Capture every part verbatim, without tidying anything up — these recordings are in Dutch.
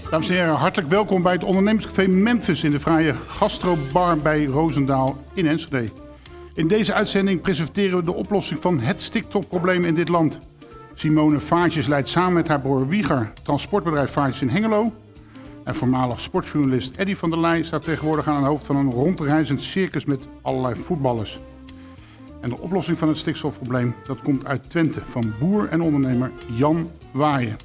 Dames en heren, hartelijk welkom bij het ondernemerscafé Memphis in de fraaie gastrobar bij Roosendaal in Enschede. In deze uitzending presenteren we de oplossing van het stikstofprobleem in dit land. Simone Vaartjes leidt samen met haar broer Wieger transportbedrijf Vaartjes in Hengelo. En voormalig sportjournalist Eddy van der Leij staat tegenwoordig aan het hoofd van een rondreizend circus met allerlei voetballers. En de oplossing van het stikstofprobleem, dat komt uit Twente van boer en ondernemer Jan Waaien.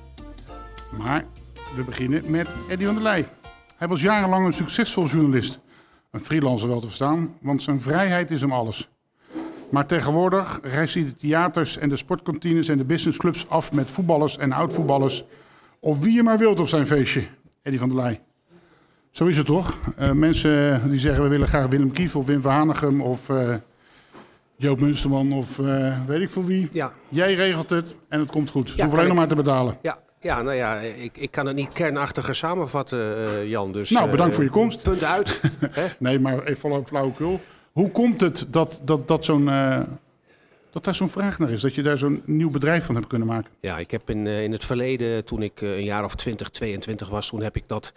Maar we beginnen met Eddy van der Leij. Hij was jarenlang een succesvol journalist. Een freelancer wel te verstaan, want zijn vrijheid is hem alles. Maar tegenwoordig reist hij de theaters en de sportkantines en de businessclubs af met voetballers en oud-voetballers. Of wie je maar wilt op zijn feestje, Eddy van der Leij. Zo is het toch? Uh, mensen die zeggen we willen graag Willem Kief of Wim van Hanegem of uh, Joop Munsterman of uh, weet ik voor wie. Ja. Jij regelt het en het komt goed. Ze ja, hoeven alleen nog maar te betalen. Ja. Ja, nou ja, ik, ik kan het niet kernachtiger samenvatten, uh, Jan. Dus, nou, bedankt uh, voor je komst. Punt uit. Nee, maar even volop flauwekul. Hoe komt het dat, dat, dat, zo'n, uh, dat daar zo'n vraag naar is? Dat je daar zo'n nieuw bedrijf van hebt kunnen maken? Ja, ik heb in, uh, in het verleden, toen ik uh, een jaar of twintig, tweeëntwintig was, toen heb ik dat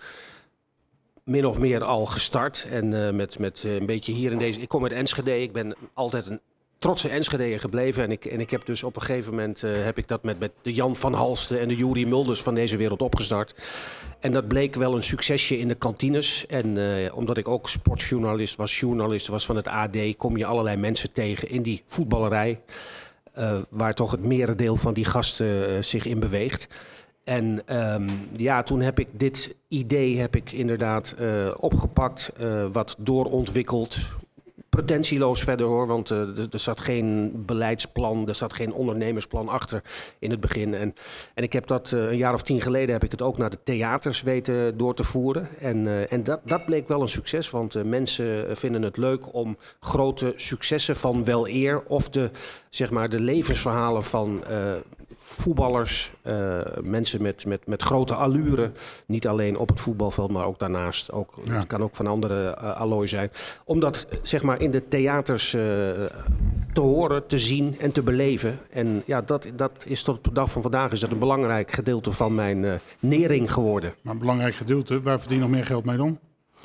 min of meer al gestart. En uh, met, met uh, een beetje hier in deze... Ik kom uit Enschede, ik ben altijd een trotse Enschedeër gebleven. En ik, en ik heb dus op een gegeven moment uh, heb ik dat met, met de Jan van Halsten en de Juri Mulders van deze wereld opgestart. En dat bleek wel een succesje in de kantines. En uh, omdat ik ook sportjournalist was, journalist was van het A D, kom je allerlei mensen tegen in die voetballerij. Uh, waar toch het merendeel van die gasten uh, zich in beweegt. En um, ja, toen heb ik dit idee heb ik inderdaad uh, opgepakt, uh, wat doorontwikkeld. Pretentieloos verder hoor, want uh, er, er zat geen beleidsplan, er zat geen ondernemersplan achter in het begin. En, en ik heb dat uh, een jaar of tien geleden heb ik het ook naar de theaters weten door te voeren. En, uh, en dat, dat bleek wel een succes, want uh, mensen vinden het leuk om grote successen van wel eer of de, zeg maar, de levensverhalen van uh, voetballers, uh, mensen met, met, met grote allure, niet alleen op het voetbalveld, maar ook daarnaast. Ook, ja. Het kan ook van andere uh, allooi zijn. Omdat, zeg maar, in de theaters uh, te horen, te zien en te beleven. En ja, dat, dat is tot op de dag van vandaag is dat een belangrijk gedeelte van mijn uh, nering geworden. Maar een belangrijk gedeelte, waar verdien je nog meer geld mee dan?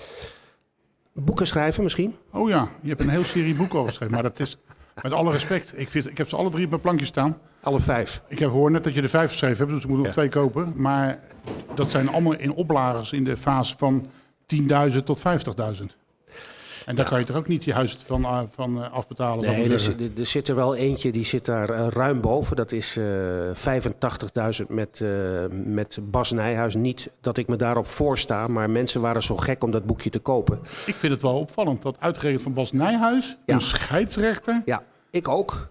Boeken schrijven misschien. Oh ja, je hebt een hele serie boeken al geschreven, maar dat is... Met alle respect, ik, vind, ik heb ze alle drie op mijn plankje staan. Alle vijf? Ik heb gehoord net dat je er vijf geschreven hebt, dus ik moet nog ja. twee kopen. Maar dat zijn allemaal in oplagers in de fase van tienduizend tot vijftigduizend. En daar ja. kan je toch ook niet je huis van, uh, van uh, afbetalen? Nee, er, er, er zit er wel eentje, die zit daar uh, ruim boven. Dat is uh, vijfentachtigduizend met, uh, met Bas Nijhuis. Niet dat ik me daarop voorsta, maar mensen waren zo gek om dat boekje te kopen. Ik vind het wel opvallend dat uitgerekend van Bas Nijhuis, ja. een scheidsrechter... Ja, ik ook.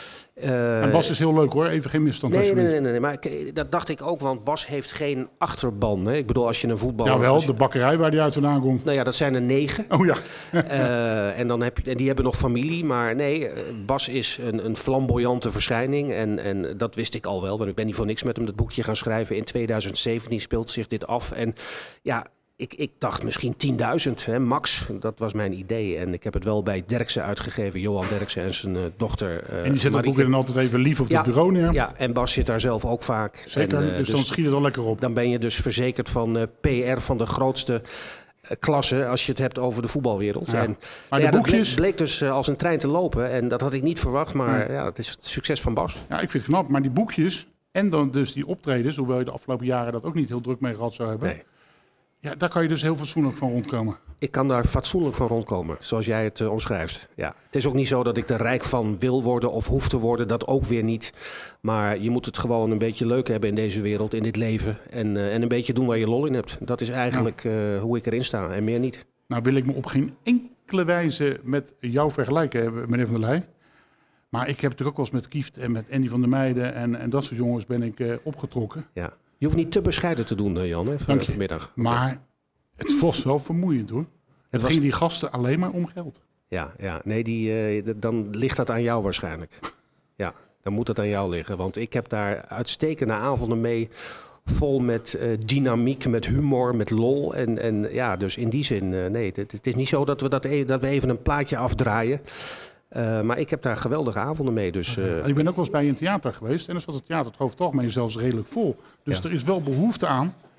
Uh, en Bas is heel leuk hoor, even geen misstand. Nee, nee, nee, nee, nee, maar ik, dat dacht ik ook, want Bas heeft geen achterban. Hè? Ik bedoel, als je een voetballer... Jawel, je... de bakkerij waar die uit vandaan komt. Nou ja, dat zijn er negen. Oh ja. uh, en, dan heb je, en die hebben nog familie, maar nee, Bas is een, een flamboyante verschijning. En, en dat wist ik al wel, want ik ben niet voor niks met hem dat boekje gaan schrijven. In tweeduizend zeventien speelt zich dit af en ja... Ik, ik dacht misschien tienduizend, hè, max. Dat was mijn idee. En ik heb het wel bij Derksen uitgegeven. Johan Derksen en zijn uh, dochter. Uh, en die zet dat boek dan altijd even lief op ja, het bureau neer? Ja, en Bas zit daar zelf ook vaak. Zeker, en, uh, dus, dus dan schiet het al lekker op. Dan ben je dus verzekerd van uh, P R van de grootste uh, klasse... als je het hebt over de voetbalwereld. Ja. En, maar ja, de boekjes... dat bleek, bleek dus uh, als een trein te lopen. En dat had ik niet verwacht, maar ja, ja het is het succes van Bas. Ja, ik vind het knap. Maar die boekjes en dan dus die optredens... hoewel je de afgelopen jaren dat ook niet heel druk mee gehad zou hebben... Nee. Ja, daar kan je dus heel fatsoenlijk van rondkomen. Ik kan daar fatsoenlijk van rondkomen, zoals jij het uh, omschrijft. Ja. Het is ook niet zo dat ik er rijk van wil worden of hoef te worden, dat ook weer niet. Maar je moet het gewoon een beetje leuk hebben in deze wereld, in dit leven. En, uh, en een beetje doen waar je lol in hebt. Dat is eigenlijk ja. uh, hoe ik erin sta en meer niet. Nou wil ik me op geen enkele wijze met jou vergelijken, meneer Van der Leij. Maar ik heb natuurlijk ook wel eens met Kieft en met Andy van der Meijden en, en dat soort jongens ben ik uh, opgetrokken. Ja. Je hoeft niet te bescheiden te doen, Jan, hè, Dank je. vanmiddag. Maar het was wel vermoeiend, hoor. Het, het was... ging die gasten alleen maar om geld. Ja, ja. nee, die, uh, dan ligt dat aan jou waarschijnlijk. Ja, dan moet het aan jou liggen. Want ik heb daar uitstekende avonden mee, vol met uh, dynamiek, met humor, met lol. En, en ja, dus in die zin, uh, nee, het, het is niet zo dat we, dat, e- dat we even een plaatje afdraaien. Uh, maar ik heb daar geweldige avonden mee. Dus, uh... Ik ben ook wel eens bij een theater geweest. En dan zat het theater het over het algemeen zelfs redelijk vol. Dus ja. er is wel behoefte aan. Ja.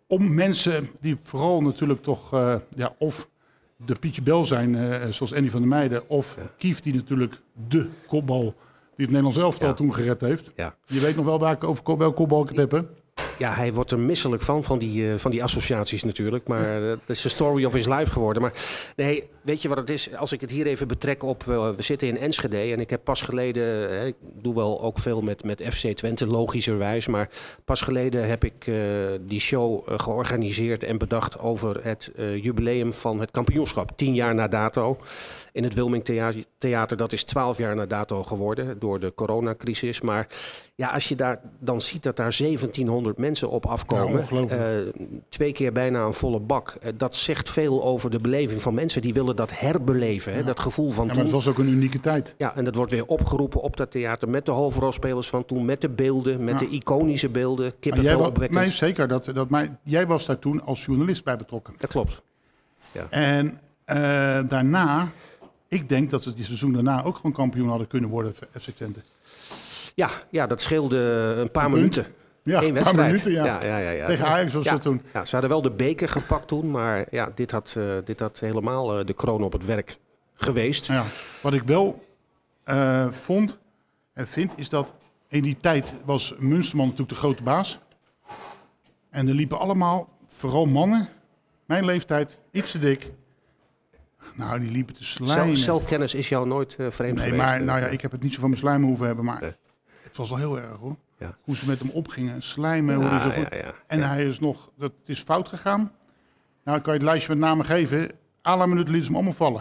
om mensen die vooral natuurlijk toch, uh, ja, of de Pietje Bel zijn, uh, zoals Andy van der Meijden, of ja. Kieft die natuurlijk de kopbal die het Nederlands elftal ja. toen gered heeft. Ja. Je weet nog wel waar ik over welke kopbal ik het heb, hè? Ja, hij wordt er misselijk van, van die, uh, van die associaties natuurlijk. Maar het uh, is de story of his life geworden. Maar nee, weet je wat het is? Als ik het hier even betrek op... Uh, we zitten in Enschede en ik heb pas geleden... Uh, ik doe wel ook veel met, met F C Twente, logischerwijs. Maar pas geleden heb ik uh, die show uh, georganiseerd en bedacht... over het uh, jubileum van het kampioenschap. Tien jaar na dato. In het Wilming Theater, dat is twaalf jaar na dato geworden... door de coronacrisis. Maar ja, als je daar dan ziet dat daar zeventienhonderd mensen op afkomen... Ja, uh, twee keer bijna een volle bak. Uh, dat zegt veel over de beleving van mensen. Die willen dat herbeleven, hè? Ja. Dat gevoel van ja, toen. Maar het was ook een unieke tijd. Ja, en dat wordt weer opgeroepen op dat theater... met de hoofdrolspelers van toen, met de beelden... met ja. de iconische beelden, kippenvel opwekkend. Nee, zeker. Dat, dat mij, jij was daar toen als journalist bij betrokken. Dat klopt. Ja. En uh, daarna... Ik denk dat ze die seizoen daarna ook gewoon kampioen hadden kunnen worden, F C Twente. Ja, ja, dat scheelde een paar een minuten. Ja, Eén wedstrijd. Paar minuten, ja. Ja, ja, ja, ja. Tegen Ajax was ja, dat toen. Ja, ze hadden wel de beker gepakt toen, maar ja, dit had, uh, dit had helemaal uh, de kroon op het werk geweest. Ja, wat ik wel uh, vond en vind, is dat in die tijd was Munsterman natuurlijk de grote baas. En er liepen allemaal, vooral mannen, mijn leeftijd, iets te dik... Nou, die liepen te slijmen. Zelf, zelfkennis is jou nooit uh, vreemd nee, geweest? Nee, maar nou ja, ik heb het niet zo van mijn slijmen hoeven hebben, maar nee. Het was wel heel erg hoor. Ja. Hoe ze met hem opgingen, slijmen. Ja, hoe zo goed. Ja, ja. En ja. hij is nog, dat is fout gegaan. Nou, ik kan je het lijstje met namen geven. À la minuut lieten ze hem allemaal vallen.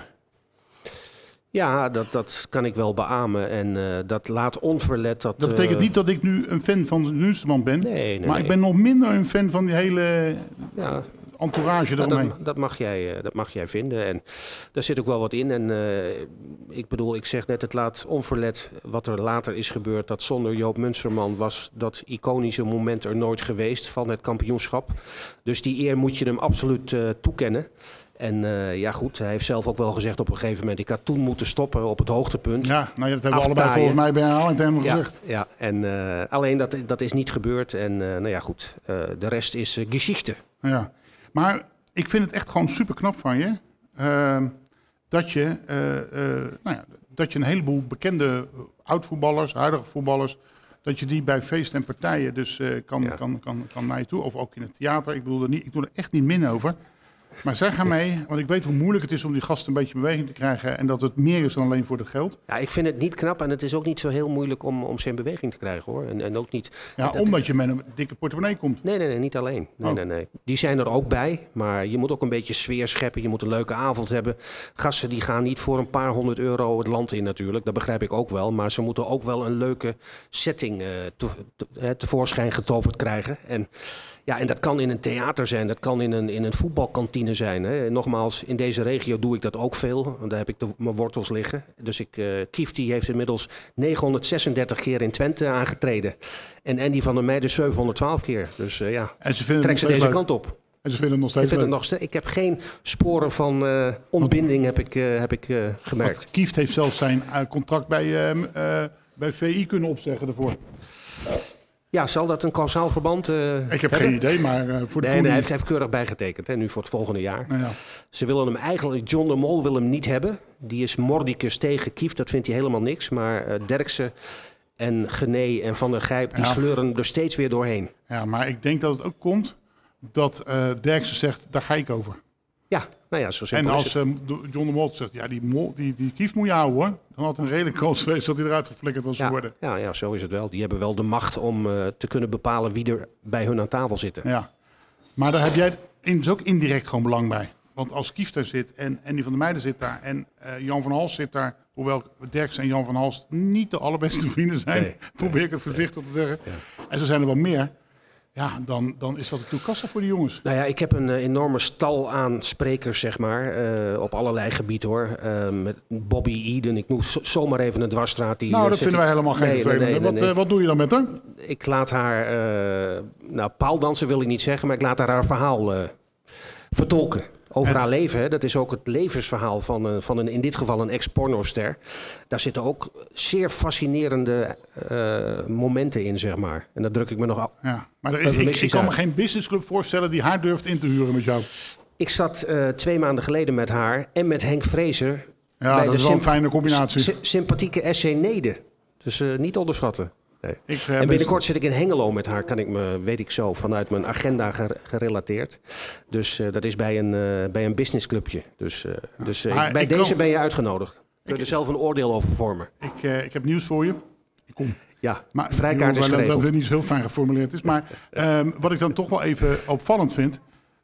Ja, dat, dat kan ik wel beamen. En uh, dat laat onverlet dat... Dat betekent uh, niet dat ik nu een fan van Munsterman ben. Nee, nee, maar nee. ik ben nog minder een fan van die hele... Ja. entourage ja, eromheen. Dat, dat, mag jij, dat mag jij vinden. En daar zit ook wel wat in. En uh, ik bedoel, ik zeg net, het laat onverlet wat er later is gebeurd. Dat zonder Joop Munsterman was dat iconische moment er nooit geweest van het kampioenschap. Dus die eer moet je hem absoluut uh, toekennen. En uh, ja goed, hij heeft zelf ook wel gezegd op een gegeven moment... ik had toen moeten stoppen op het hoogtepunt. Ja, nou ja, dat hebben we allebei volgens mij bij herhaling tegen hem ja, gezegd. Ja, en uh, alleen dat, dat is niet gebeurd. En uh, nou ja goed, uh, de rest is uh, Geschichte. Ja. Maar ik vind het echt gewoon super knap van je. Uh, dat, je uh, uh, nou ja, dat je een heleboel bekende oud-voetballers, huidige voetballers... dat je die bij feesten en partijen dus uh, kan, ja. kan, kan, kan naar je toe. Of ook in het theater. Ik bedoel er niet, ik doe er echt niet min over. Maar zij gaan mee, want ik weet hoe moeilijk het is om die gasten een beetje in beweging te krijgen. En dat het meer is dan alleen voor het geld. Ja, ik vind het niet knap en het is ook niet zo heel moeilijk om, om ze in beweging te krijgen hoor. En, en ook niet... Ja, dat, omdat je met een dikke portemonnee komt. Nee, nee, nee, niet alleen. Nee, oh. nee, nee. Die zijn er ook bij, maar je moet ook een beetje sfeer scheppen. Je moet een leuke avond hebben. Gasten die gaan niet voor een paar honderd euro het land in natuurlijk. Dat begrijp ik ook wel. Maar ze moeten ook wel een leuke setting uh, te, te, tevoorschijn getoverd krijgen. En... Ja, en dat kan in een theater zijn, dat kan in een, in een voetbalkantine zijn. Hè. Nogmaals, in deze regio doe ik dat ook veel. Daar heb ik de, mijn wortels liggen. Dus ik, uh, Kieft die heeft inmiddels negenhonderdzesendertig keer in Twente aangetreden. En Andy van der Meijden zevenhonderdtwaalf keer. Dus uh, ja, en ze trek ze deze leuk. kant op. En ze vinden het nog steeds leuk. Het nog steeds, ik heb geen sporen van uh, ontbinding heb ik, uh, heb ik uh, gemerkt. Want Kieft heeft zelfs zijn uh, contract bij, uh, uh, bij V I kunnen opzeggen ervoor. Ja, zal dat een kausaal verband uh, Ik heb hebben? geen idee, maar uh, voor de Nee, nee hij, heeft, hij heeft keurig bijgetekend, hè, nu voor het volgende jaar. Nou ja. Ze willen hem eigenlijk, John de Mol wil hem niet hebben. Die is mordicus tegen Kieft, dat vindt hij helemaal niks. Maar uh, Derksen en Gené en Van der Gijp, die ja. sleuren er steeds weer doorheen. Ja, maar ik denk dat het ook komt dat uh, Derksen zegt, daar ga ik over. Ja, nou ja, zo simpel En is als uh, John de Mol zegt, ja, die, mol, die, die Kieft moet je houden hoor. Dan had een redelijk kans geweest dat hij eruit geflikkerd was ja, geworden. Ja, ja, zo is het wel. Die hebben wel de macht om uh, te kunnen bepalen wie er bij hun aan tafel zitten. Ja, maar daar heb jij dus ook indirect gewoon belang bij. Want als Kieft daar zit en Andy van der Meijden zit daar en uh, Jan van Hals zit daar... hoewel Derksen en Jan van Hals niet de allerbeste vrienden zijn, nee, probeer ik het voorzichtig nee. te zeggen. Ja. En zo zijn er wel meer... Ja, dan, dan is dat natuurlijk kassa voor die jongens. Nou ja, ik heb een uh, enorme stal aan sprekers, zeg maar, uh, op allerlei gebieden hoor. Uh, met Bobby Eden, ik noem zo, zomaar even een dwarsstraat. Die, nou, uh, dat vinden wij helemaal geen nee, vervelend. Nee, nee, wat, nee, nee. Uh, wat doe je dan met haar? Ik laat haar, uh, nou paaldansen wil ik niet zeggen, maar ik laat haar haar verhaal uh, vertolken. Over en, haar leven. Hè. Dat is ook het levensverhaal van, een, van een, in dit geval een ex-pornoster. Daar zitten ook zeer fascinerende uh, momenten in, zeg maar. En daar druk ik me nog af. Ja, maar er is, ik, ik kan me geen businessclub voorstellen die haar durft in te huren met jou. Ik zat uh, twee maanden geleden met haar en met Henk Vrezer. Ja, bij dat de is wel een fijne combinatie. S- sympathieke S C Nede. Dus uh, niet onderschatten. Nee. Ik, uh, en binnenkort zit ik in Hengelo met haar, kan ik me, weet ik zo, vanuit mijn agenda ger- gerelateerd. Dus uh, dat is bij een, uh, bij een businessclubje. Dus, uh, ja. dus uh, bij deze kan... ben je uitgenodigd. Kun je ik... er zelf een oordeel over vormen. Ik, uh, ik heb nieuws voor je. Ik kom. Ja, maar vrijkaart is geregeld. Dat het niet zo heel fijn geformuleerd is. Maar um, wat ik dan toch wel even opvallend vind.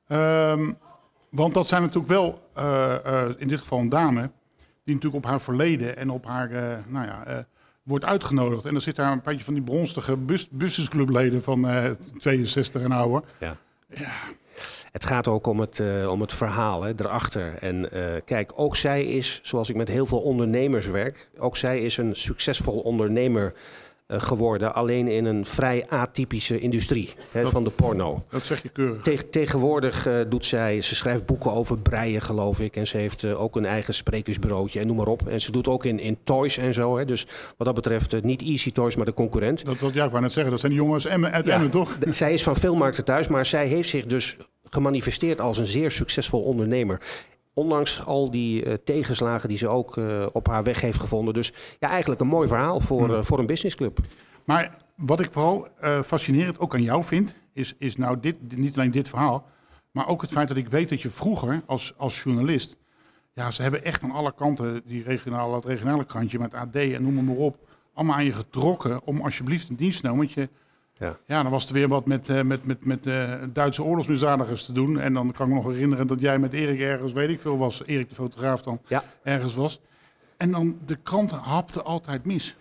Um, want dat zijn natuurlijk wel, uh, uh, in dit geval een dame, die natuurlijk op haar verleden en op haar, uh, nou ja... Uh, wordt uitgenodigd. En dan zit daar een beetje van die bronstige bus- businessclubleden van uh, tweeënzestig en ouder. Ja. Ja. Het gaat ook om het, uh, om het verhaal hè, erachter. En uh, kijk, ook zij is, zoals ik met heel veel ondernemers werk, ook zij is een succesvol ondernemer uh, geworden. Alleen in een vrij atypische industrie hè, dat, van de porno. Dat zeg je keurig. Te- tegenwoordig uh, doet zij, ze schrijft boeken over breien geloof ik. En ze heeft uh, ook een eigen sprekersbureautje en noem maar op. En ze doet ook in, in toys en zo. Hè. Dus wat dat betreft uh, niet Easy Toys, maar de concurrent. Dat, dat, ja, ik wou net zeggen, dat zijn die jongens Emmen, uit ja, Emmen toch? D- zij is van veel markten thuis, maar zij heeft zich dus gemanifesteerd als een zeer succesvol ondernemer. Ondanks al die uh, tegenslagen die ze ook uh, op haar weg heeft gevonden. Dus ja, eigenlijk een mooi verhaal voor, uh, voor een businessclub. Maar wat ik vooral uh, fascinerend ook aan jou vind, is, is nou dit, niet alleen dit verhaal, maar ook het feit dat ik weet dat je vroeger als, als journalist, ja, ze hebben echt aan alle kanten die regionale, het regionale krantje met A D en noem maar op, allemaal aan je getrokken om alsjeblieft een dienst te nemen. Want je, ja. ja, dan was er weer wat met, uh, met, met, met uh, Duitse oorlogsmisdadigers te doen. En dan kan ik me nog herinneren dat jij met Erik ergens, weet ik veel, was, Erik de fotograaf dan, ja. ergens was. En dan de krant hapte altijd mis.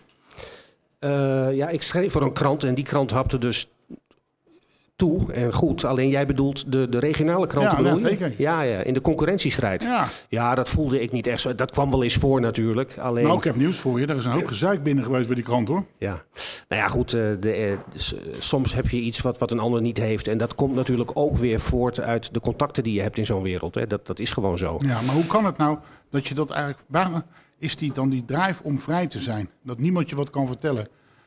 Uh, ja, ik schreef voor een krant en die krant hapte dus toe en goed. Alleen jij bedoelt de, de regionale kranten, ja, bedoel ja, je? Ja, ja, in de concurrentiestrijd. Ja. ja, dat voelde ik niet echt zo. Dat kwam wel eens voor natuurlijk. Alleen... Nou, ik heb nieuws voor je. Er is een hoop gezeik binnen geweest bij die krant, hoor. Ja, nou ja, goed. Uh, de, uh, soms heb je iets wat, wat een ander niet heeft. En dat komt natuurlijk ook weer voort uit de contacten die je hebt in zo'n wereld. Hè. Dat, dat is gewoon zo. Ja, maar hoe kan het nou dat je dat eigenlijk... Waar is die dan die drive om vrij te zijn? Dat niemand je wat kan vertellen.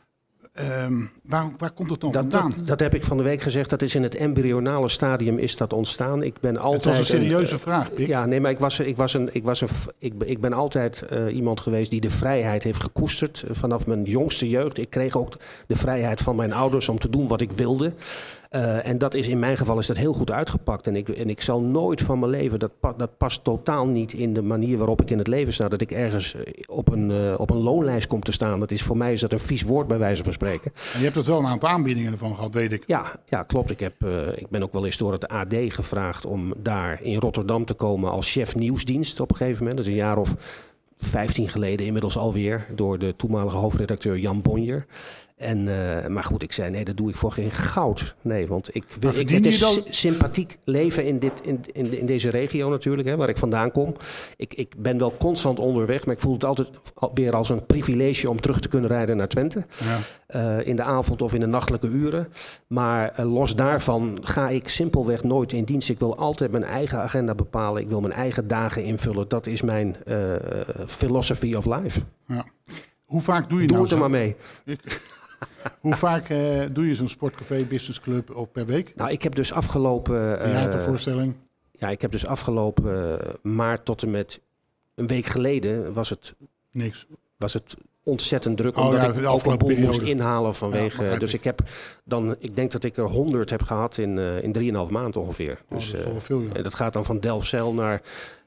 Um, waar, waar komt het dan dat, vandaan? Dat, dat heb ik van de week gezegd. Dat is in het embryonale stadium is dat ontstaan. Ik ben altijd. Het was een serieuze een, vraag, Pik. Ja, nee, maar ik was, ik was een, ik was een, ik, ik ben altijd uh, iemand geweest die de vrijheid heeft gekoesterd uh, vanaf mijn jongste jeugd. Ik kreeg ook de vrijheid van mijn ouders om te doen wat ik wilde. Uh, en dat is in mijn geval is dat heel goed uitgepakt. En ik, en ik zal nooit van mijn leven, dat, pa, dat past totaal niet in de manier waarop ik in het leven sta. Dat ik ergens op een, uh, op een loonlijst kom te staan. Dat is, voor mij is dat een vies woord bij wijze van spreken. En je hebt er wel een aantal aanbiedingen ervan gehad, weet ik. Ja, ja klopt. Ik, heb, uh, ik ben ook wel eens door het A D gevraagd om daar in Rotterdam te komen als chef nieuwsdienst op een gegeven moment. Dat is een jaar of vijftien geleden inmiddels alweer door de toenmalige hoofdredacteur Jan Bonjer. En, uh, maar goed, ik zei nee, dat doe ik voor geen goud. Nee, want ik wil. Ik, het is dan... sympathiek leven in, dit, in, in, in deze regio natuurlijk, hè, waar ik vandaan kom. Ik, ik ben wel constant onderweg, maar ik voel het altijd weer als een privilege om terug te kunnen rijden naar Twente. Ja. Uh, in de avond of in de nachtelijke uren. Maar uh, los daarvan ga ik simpelweg nooit in dienst. Ik wil altijd mijn eigen agenda bepalen. Ik wil mijn eigen dagen invullen. Dat is mijn uh, philosophy of life. Ja. Hoe vaak doe je doe nou het er maar mee. Ik... Hoe vaak uh, doe je zo'n sportcafé, businessclub of per week? Nou, ik heb dus afgelopen... Uh, Theatervoorstelling? Ja, ik heb dus afgelopen uh, maart tot en met een week geleden was het... Niks. Was het ontzettend druk, oh, omdat ja, ik ook een boel moest inhalen vanwege... Ja, dus ik heb dan, ik denk dat ik er honderd heb gehad in, uh, in drieënhalf maand ongeveer. Oh, dus, dat is wel uh, veel, ja. En dat gaat dan van Delfzijl naar...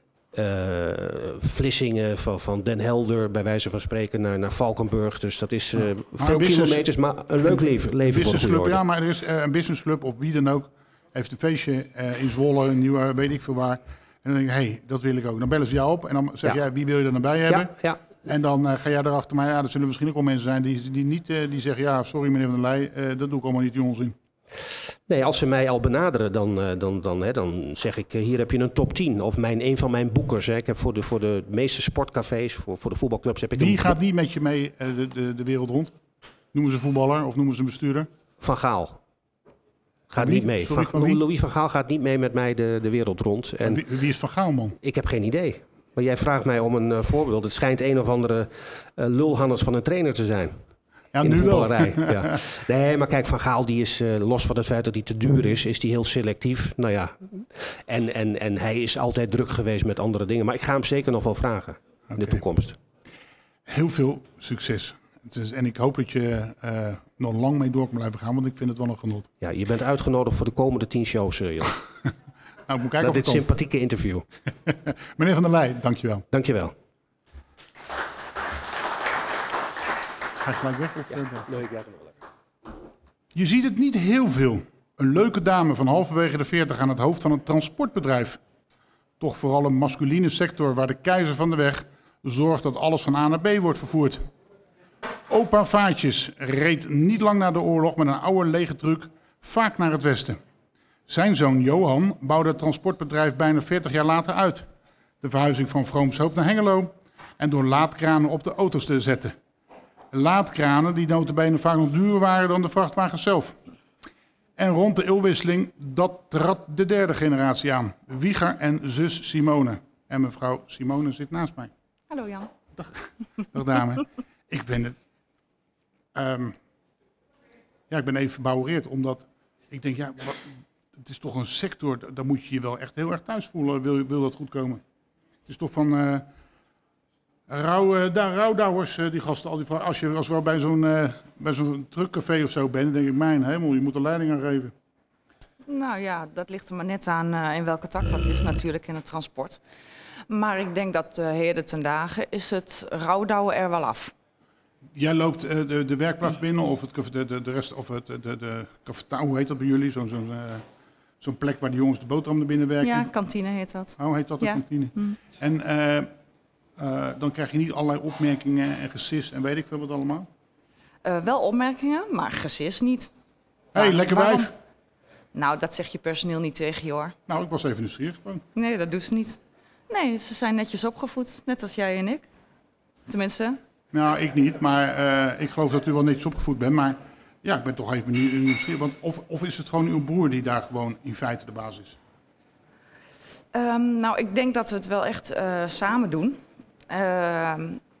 Uh, Vlissingen, van, van Den Helder, bij wijze van spreken, naar, naar Valkenburg. Dus dat is uh, ja. veel business, kilometers, maar een leuk leven, leven voor de club, ja, maar er is uh, een businessclub of wie dan ook, heeft een feestje uh, in Zwolle, een nieuwe, weet ik veel waar. En dan denk ik, hé, hey, dat wil ik ook. Dan bellen ze jou op en dan zeg ja. jij, wie wil je er dan bij hebben? Ja, ja. En dan uh, ga jij erachter, maar ja, er zullen misschien ook wel mensen zijn die, die niet, uh, die zeggen, ja, sorry meneer Van der Leij, uh, dat doe ik allemaal niet, die onzin. Nee, als ze mij al benaderen, dan, uh, dan, dan, hè, dan zeg ik, uh, hier heb je een top tien. Of mijn, een van mijn boekers. Hè. Ik heb voor de, voor de meeste sportcafés, voor, voor de voetbalclubs... Heb ik Wie een gaat die met je mee uh, de, de, de wereld rond? Noemen ze voetballer of noemen ze een bestuurder? Van Gaal. Gaat Wie? niet mee. Sorry, Van, van wie? Louis van Gaal gaat niet mee met mij de, de wereld rond. En Wie, wie is Van Gaal, man? ik heb geen idee. Maar jij vraagt mij om een uh, voorbeeld. Het schijnt een of andere uh, lulhannes van een trainer te zijn. Ja, in de nu wel. voetballerij. Ja. Nee, maar kijk, Van Gaal die is, uh, los van het feit dat hij te duur is, is hij heel selectief. Nou ja, en, en, en hij is altijd druk geweest met andere dingen. Maar ik ga hem zeker nog wel vragen in Oké. de toekomst. Heel veel succes. Het is, en ik hoop dat je uh, nog lang mee door kan blijven gaan, want ik vind het wel een genot. Ja, je bent uitgenodigd voor de komende tien shows, uh, Jan. Nou, ik moet kijken Na of dit het kan. sympathieke interview. Meneer Van der Leij, dankjewel. Dankjewel. Ga je gelijk weg? Of, Ja. uh, Nee, ik blijf er nog wel even. Je ziet het niet heel veel. Een leuke dame van halverwege de veertig aan het hoofd van een transportbedrijf. Toch vooral een masculine sector waar de keizer van de weg zorgt dat alles van A naar B wordt vervoerd. Opa Vaatjes reed niet lang na de oorlog met een oude lege truck vaak naar het westen. Zijn zoon Johan bouwde het transportbedrijf bijna veertig jaar later uit. De verhuizing van Vroomshoop naar Hengelo en door laadkranen op de auto's te zetten. Laadkranen die nota bene vaak nog duurder waren dan de vrachtwagens zelf. En rond de eeuwwisseling, dat trad de derde generatie aan. Wieger en zus Simone. En mevrouw Simone zit naast mij. Hallo Jan. Dag dame. Ik ben het... Um, ja, ik ben even verbouwereerd, omdat ik denk, ja, wat, het is toch een sector, daar moet je je wel echt heel erg thuis voelen, wil, wil dat goed komen. Het is toch van... Uh, Rauw, uh, daar, rouwdouwers, uh, die gasten, al die, als je als we wel bij zo'n uh, bij zo'n truckcafé of zo bent, dan denk ik, mijn hemel, je moet er leiding aan geven. Nou ja, dat ligt er maar net aan uh, in welke tak dat is natuurlijk in het transport. Maar ik denk dat uh, heden ten dagen is het rouwdouwen er wel af. Jij loopt uh, de, de werkplaats binnen of het de, de, de rest of het de, de cafetaal, hoe heet dat bij jullie? Zo'n zo'n uh, zo'n plek waar de jongens de boterham naar binnen werken. Ja, kantine heet dat. Oh, heet dat de ja. kantine? Hm. En uh, Uh, dan krijg je niet allerlei opmerkingen en gesis en weet ik veel wat allemaal. Uh, wel opmerkingen, maar gesis niet. Hé, hey, Waar, lekker waarom? wijf. Nou, dat zeg je personeel niet tegen je hoor. Nou, ik was even nieuwsgierig gewoon. Nee, dat doet ze niet. Nee, ze zijn netjes opgevoed, net als jij en ik. Tenminste. Nou, ik niet, maar uh, ik geloof dat u wel netjes opgevoed bent. Maar ja, ik ben toch even nieuwsgierig. Want of, of is het gewoon uw broer die daar gewoon in feite de baas is? Um, nou, ik denk dat we het wel echt uh, samen doen. Uh,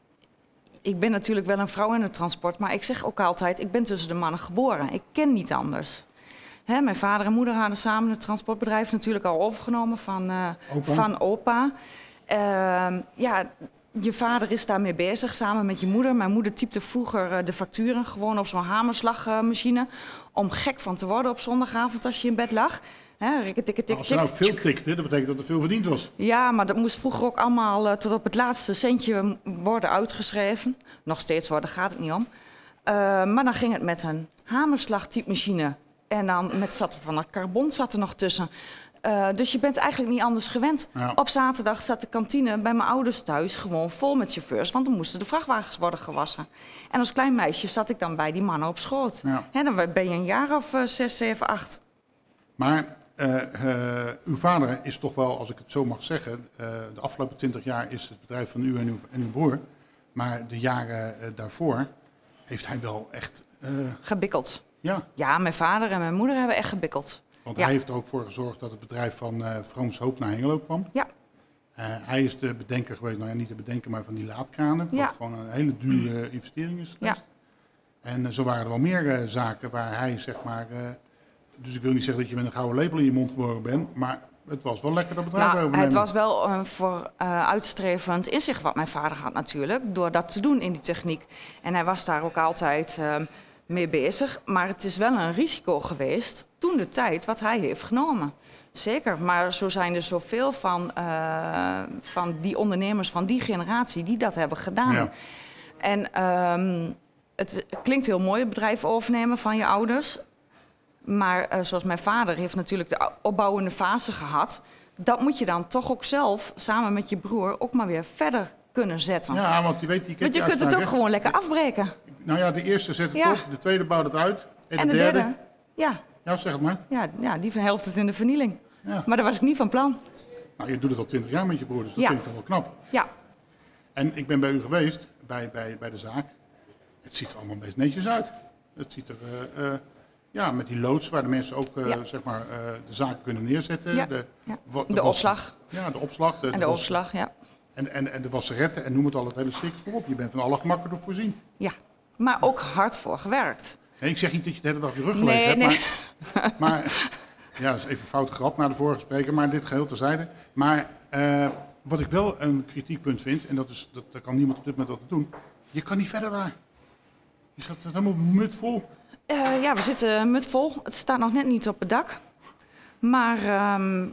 ik ben natuurlijk wel een vrouw in het transport, maar ik zeg ook altijd, ik ben tussen de mannen geboren. Ik ken niet anders. Hè, mijn vader en moeder hadden samen het transportbedrijf natuurlijk al overgenomen van uh, opa. Van opa. Uh, ja, je vader is daarmee bezig, samen met je moeder. Mijn moeder typte vroeger uh, de facturen gewoon op zo'n hamerslagmachine, om gek van te worden op zondagavond als je in bed lag. He, rikke, tikke, tik, als ze nou veel tikte, dat betekent dat er veel verdiend was. Ja, maar dat moest vroeger ook allemaal uh, tot op het laatste centje worden uitgeschreven. Nog steeds worden, gaat het niet om. Uh, maar dan ging het met een hamerslagtypemachine. En dan met zat er van een carbon zat er nog tussen. Uh, dus je bent eigenlijk niet anders gewend. Ja. Op zaterdag zat de kantine bij mijn ouders thuis gewoon vol met chauffeurs. Want dan moesten de vrachtwagens worden gewassen. En als klein meisje zat ik dan bij die mannen op schoot. Ja. He, dan ben je een jaar of uh, zes, zeven, acht. Maar... Uh, uh, uw vader is toch wel, als ik het zo mag zeggen, uh, de afgelopen twintig jaar is het bedrijf van u en uw, en uw broer. Maar de jaren uh, daarvoor heeft hij wel echt... Uh... Gebikkeld. Ja. Ja, mijn vader en mijn moeder hebben echt gebikkeld. Want ja. hij heeft er ook voor gezorgd dat het bedrijf van uh, Vroomshoop naar Hengelo kwam. Ja. Uh, hij is de bedenker geweest, nou ja, niet de bedenker, maar van die laadkranen. Ja. Wat gewoon een hele dure investering is geweest. Ja. En uh, zo waren er wel meer uh, zaken waar hij, zeg maar... Uh, Dus ik wil niet zeggen dat je met een gouden lepel in je mond geboren bent, maar het was wel lekker dat bedrijf nou, overnemen. Het was wel een vooruitstrevend uh, inzicht wat mijn vader had natuurlijk, door dat te doen in die techniek. En hij was daar ook altijd uh, mee bezig, maar het is wel een risico geweest toen de tijd wat hij heeft genomen. Zeker, maar zo zijn er zoveel van, uh, van die ondernemers van die generatie die dat hebben gedaan. Ja. En um, het klinkt heel mooi, het bedrijf overnemen van je ouders. Maar uh, zoals mijn vader heeft natuurlijk de opbouwende fase gehad. Dat moet je dan toch ook zelf, samen met je broer, ook maar weer verder kunnen zetten. Ja, want je weet... Die want je kunt het ook recht. gewoon lekker afbreken. Nou ja, de eerste zet het ja. op, de tweede bouwt het uit. En, en de, de derde... derde? Ja. Ja, zeg het maar. Ja, ja, die helft het in de vernieling. Ja. Maar daar was ik niet van plan. Nou, je doet het al twintig jaar met je broer, dus dat ja. vind ik toch wel knap. Ja. En ik ben bij u geweest, bij, bij, bij de zaak. Het ziet er allemaal best netjes uit. Het ziet er... Uh, uh, Ja, met die loods waar de mensen ook uh, Ja. zeg maar, uh, de zaken kunnen neerzetten. Ja. De, Ja. wa- De was- opslag Ja, de opslag. en de was- opslag, ja. En, en, en de wasseretten en noem het al, het hele stuk voorop. Je bent van alle gemakken door voorzien. Ja, maar ook hard voor gewerkt. Nee, ik zeg niet dat je de hele dag je rug gelegen Nee, hebt, nee. maar, maar... Ja, dat is even een fout grap naar de vorige spreker, maar dit geheel terzijde. Maar uh, wat ik wel een kritiekpunt vind, en dat, is, dat, dat kan niemand op dit moment altijd doen... Je kan niet verder daar. Je staat helemaal mutvol. Uh, ja, we zitten mutvol. Het staat nog net niet op het dak. Maar um,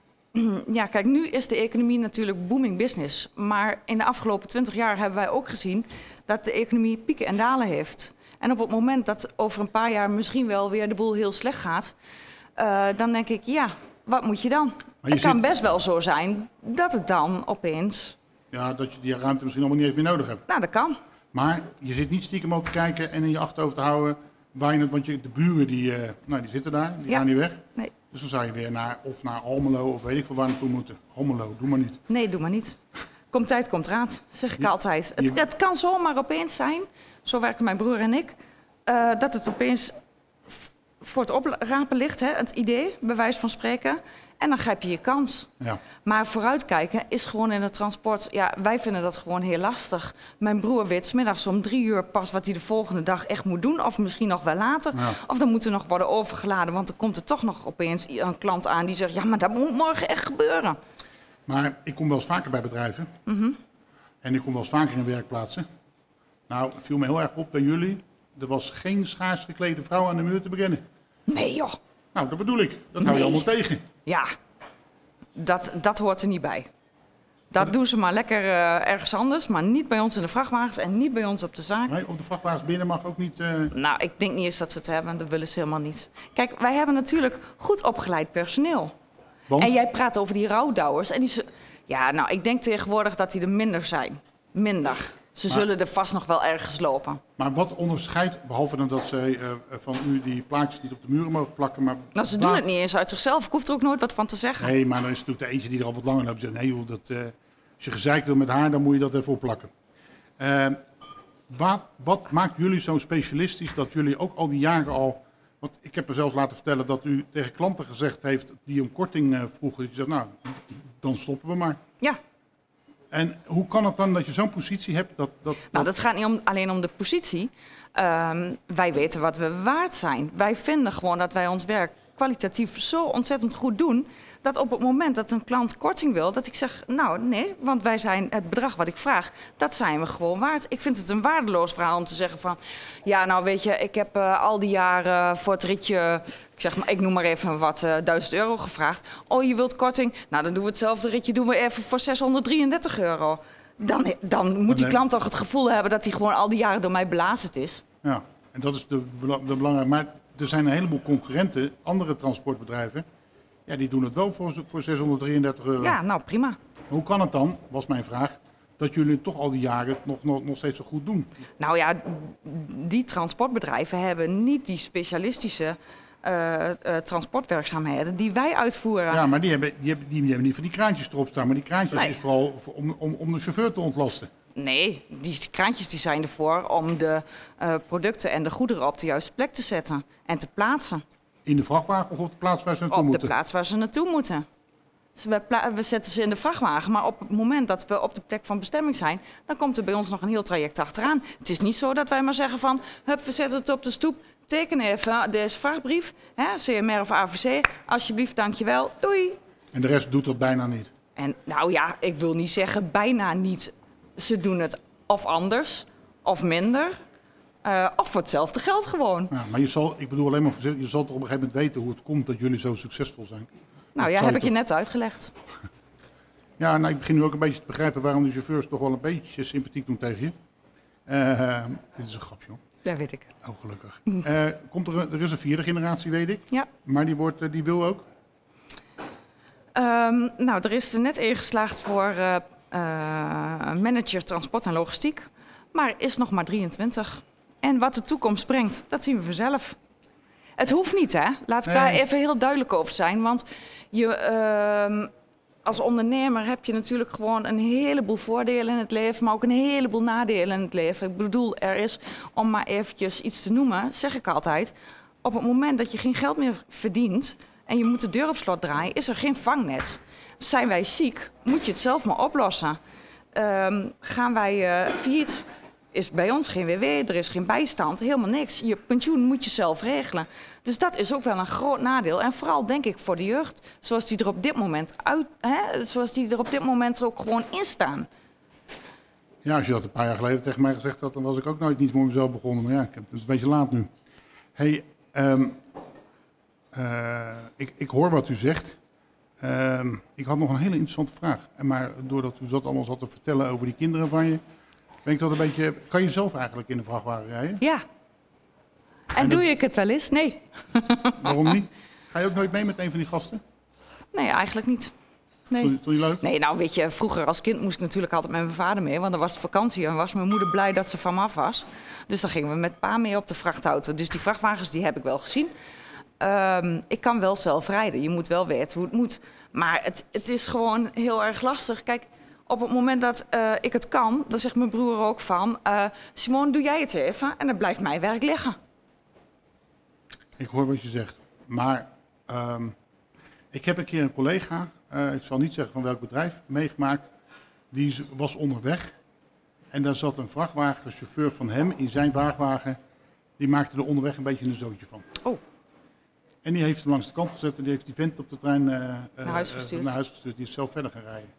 ja, kijk, nu is de economie natuurlijk booming business. Maar in de afgelopen twintig jaar hebben wij ook gezien dat de economie pieken en dalen heeft. En op het moment dat over een paar jaar misschien wel weer de boel heel slecht gaat, uh, dan denk ik, ja, wat moet je dan? Je het kan zit... best wel zo zijn dat het dan opeens... Ja, dat je die ruimte misschien allemaal niet eens meer nodig hebt. Nou, dat kan. Maar je zit niet stiekem al te kijken en in je achterhoofd te houden waar je het, want je, de buren die, uh, nou, die zitten daar, die Ja. gaan niet weg. Nee. Dus dan zou je weer naar, of naar Almelo of weet ik veel waar naartoe moeten. Almelo, doe maar niet. Nee, doe maar niet. Komt tijd, komt raad, zeg ik Je- altijd. Het, je- het kan zomaar opeens zijn, zo werken mijn broer en ik, uh, dat het opeens f- voor het oprapen ligt, hè, het idee, bij wijze van spreken. En dan grijp je je kans. Ja. Maar vooruitkijken is gewoon in het transport... Ja, wij vinden dat gewoon heel lastig. Mijn broer weet 's middags om drie uur pas wat hij de volgende dag echt moet doen. Of misschien nog wel later. Ja. Of dan moet er nog worden overgeladen. Want dan komt er toch nog opeens een klant aan die zegt... ja, maar dat moet morgen echt gebeuren. Maar ik kom wel eens vaker bij bedrijven. Mhm. En ik kom wel eens vaker in werkplaatsen. Nou, het viel me heel erg op bij jullie. Er was geen schaars geklede vrouw aan de muur te beginnen. Nee joh, Nou, dat bedoel ik. Dat hou je Nee. allemaal tegen. ja, dat, dat hoort er niet bij. Dat doen ze maar lekker uh, ergens anders. Maar niet bij ons in de vrachtwagens en niet bij ons op de zaak. Nee, op de vrachtwagens binnen mag ook niet... Uh... Nou, ik denk niet eens dat ze het hebben. Dat willen ze helemaal niet. Kijk, wij hebben natuurlijk goed opgeleid personeel. Want? En jij praat over die rouwdouwers. En die ze... Ja, nou, ik denk tegenwoordig dat die er minder zijn. Minder. Ze Maar- zullen er vast nog wel ergens lopen. Maar wat onderscheidt, behalve dan dat zij uh, van u die plaatjes niet op de muren mogen plakken... Maar Nou, ze doen het niet eens uit zichzelf. Ik hoef er ook nooit wat van te zeggen. Nee, maar dan is natuurlijk de eentje die er al wat langer loopt. Die zegt, nee joh, dat, uh, als je gezeikt wil met haar, dan moet je dat even opplakken. Uh, wat, wat maakt jullie zo specialistisch dat jullie ook al die jaren al... Want ik heb me zelfs laten vertellen dat u tegen klanten gezegd heeft die om korting uh, vroegen. Dat je zegt, nou, dan stoppen we maar. Ja. En hoe kan het dan dat je zo'n positie hebt? Dat, dat, Nou, dat... dat gaat niet om, alleen om de positie. Um, wij weten wat we waard zijn. Wij vinden gewoon dat wij ons werk kwalitatief zo ontzettend goed doen... dat op het moment dat een klant korting wil, dat ik zeg... nou, nee, want wij zijn het bedrag wat ik vraag, dat zijn we gewoon waard. Ik vind het een waardeloos verhaal om te zeggen van... ja, nou weet je, ik heb uh, al die jaren voor het ritje... ik zeg maar, ik noem maar even wat, uh, duizend euro gevraagd. Oh, je wilt korting? Nou, dan doen we hetzelfde ritje, doen we even voor zeshonderddrieëndertig euro. Dan, dan moet die klant toch het gevoel hebben dat hij gewoon al die jaren door mij belazerd is. Ja, en dat is de, de belangrijke. Maar er zijn een heleboel concurrenten, andere transportbedrijven... Ja, die doen het wel voor, voor zeshonderddrieëndertig euro. Ja, nou prima. Hoe kan het dan, was mijn vraag, dat jullie toch al die jaren het nog, nog, nog steeds zo goed doen? Nou ja, die transportbedrijven hebben niet die specialistische uh, uh, transportwerkzaamheden die wij uitvoeren. Ja, maar die hebben, die, hebben, die hebben niet van die kraantjes erop staan. Maar die kraantjes Nee. is vooral voor, om, om, om de chauffeur te ontlasten. Nee, die kraantjes die zijn ervoor om de uh, producten en de goederen op de juiste plek te zetten en te plaatsen. In de vrachtwagen of op de plaats waar ze naartoe Op de moeten? plaats waar ze naartoe moeten. Dus we, pla- we zetten ze in de vrachtwagen, maar op het moment dat we op de plek van bestemming zijn, dan komt er bij ons nog een heel traject achteraan. Het is niet zo dat wij maar zeggen van, hup, we zetten het op de stoep, teken even deze vrachtbrief, hè, C M R of A V C, alsjeblieft, dankjewel, doei. En de rest doet dat bijna niet. En nou ja, ik wil niet zeggen bijna niet. Ze doen het of anders, of minder, uh, of voor hetzelfde geld gewoon. Ja, maar je zal, ik bedoel alleen maar, voor, je zal toch op een gegeven moment weten hoe het komt dat jullie zo succesvol zijn. Nou Dat ja, zal heb ik je toch- net uitgelegd. Ja, nou, ik begin nu ook een beetje te begrijpen waarom de chauffeurs toch wel een beetje sympathiek doen tegen je. Uh, dit is een grapje, hoor. Dat weet ik. Oh, gelukkig. Uh, komt er, een- er is een vierde generatie, weet ik. Ja. Maar die, wordt, uh, die wil ook. Um, nou, er is er net ingeslaagd voor uh, uh, manager transport en logistiek. Maar is nog maar drieëntwintig. En wat de toekomst brengt, dat zien we vanzelf. Het hoeft niet, hè? Laat ik Nee. daar even heel duidelijk over zijn. Want je, uh, als ondernemer heb je natuurlijk gewoon een heleboel voordelen in het leven, maar ook een heleboel nadelen in het leven. Ik bedoel, er is, om maar eventjes iets te noemen, zeg ik altijd, op het moment dat je geen geld meer verdient en je moet de deur op slot draaien, is er geen vangnet. Zijn wij ziek, moet je het zelf maar oplossen. Um, gaan wij uh, failliet, is bij ons geen W W, er is geen bijstand, helemaal niks. Je pensioen moet je zelf regelen. Dus dat is ook wel een groot nadeel. En vooral denk ik voor de jeugd, zoals die er op dit moment uit, hè, zoals die er op dit moment ook gewoon in staan. Ja, als je dat een paar jaar geleden tegen mij gezegd had, dan was ik ook nooit niet voor mezelf begonnen. Maar ja, het is een beetje laat nu. Hey, um, uh, ik, ik hoor wat u zegt. Um, ik had nog een hele interessante vraag. Maar doordat u dat allemaal zat te vertellen over die kinderen van je, ben ik dat een beetje. Kan je zelf eigenlijk in een vrachtwagen rijden? Ja. En, en doe dat... ik het wel eens? Nee. Waarom niet? Ga je ook nooit mee met een van die gasten? Nee, eigenlijk niet. Nee. Vond je, vond je leuk? Nee, nou weet je, vroeger als kind moest ik natuurlijk altijd met mijn vader mee. Want dan was het vakantie en was mijn moeder blij dat ze van me af was. Dus dan gingen we met pa mee op de vrachtauto. Dus die vrachtwagens die heb ik wel gezien. Um, ik kan wel zelf rijden. Je moet wel weten hoe het moet. Maar het, het is gewoon heel erg lastig. Kijk, op het moment dat uh, ik het kan, dan zegt mijn broer ook van... Uh, Simone, doe jij het even en dan blijft mijn werk liggen. Ik hoor wat je zegt. Maar um, ik heb een keer een collega, uh, ik zal niet zeggen van welk bedrijf, meegemaakt. Die was onderweg en daar zat een vrachtwagenchauffeur van hem in zijn vrachtwagen. Die maakte er onderweg een beetje een zootje van. Oh. En die heeft hem langs de kant gezet en die heeft die vent op de trein uh, naar, huis uh, naar huis gestuurd. Die is zelf verder gaan rijden.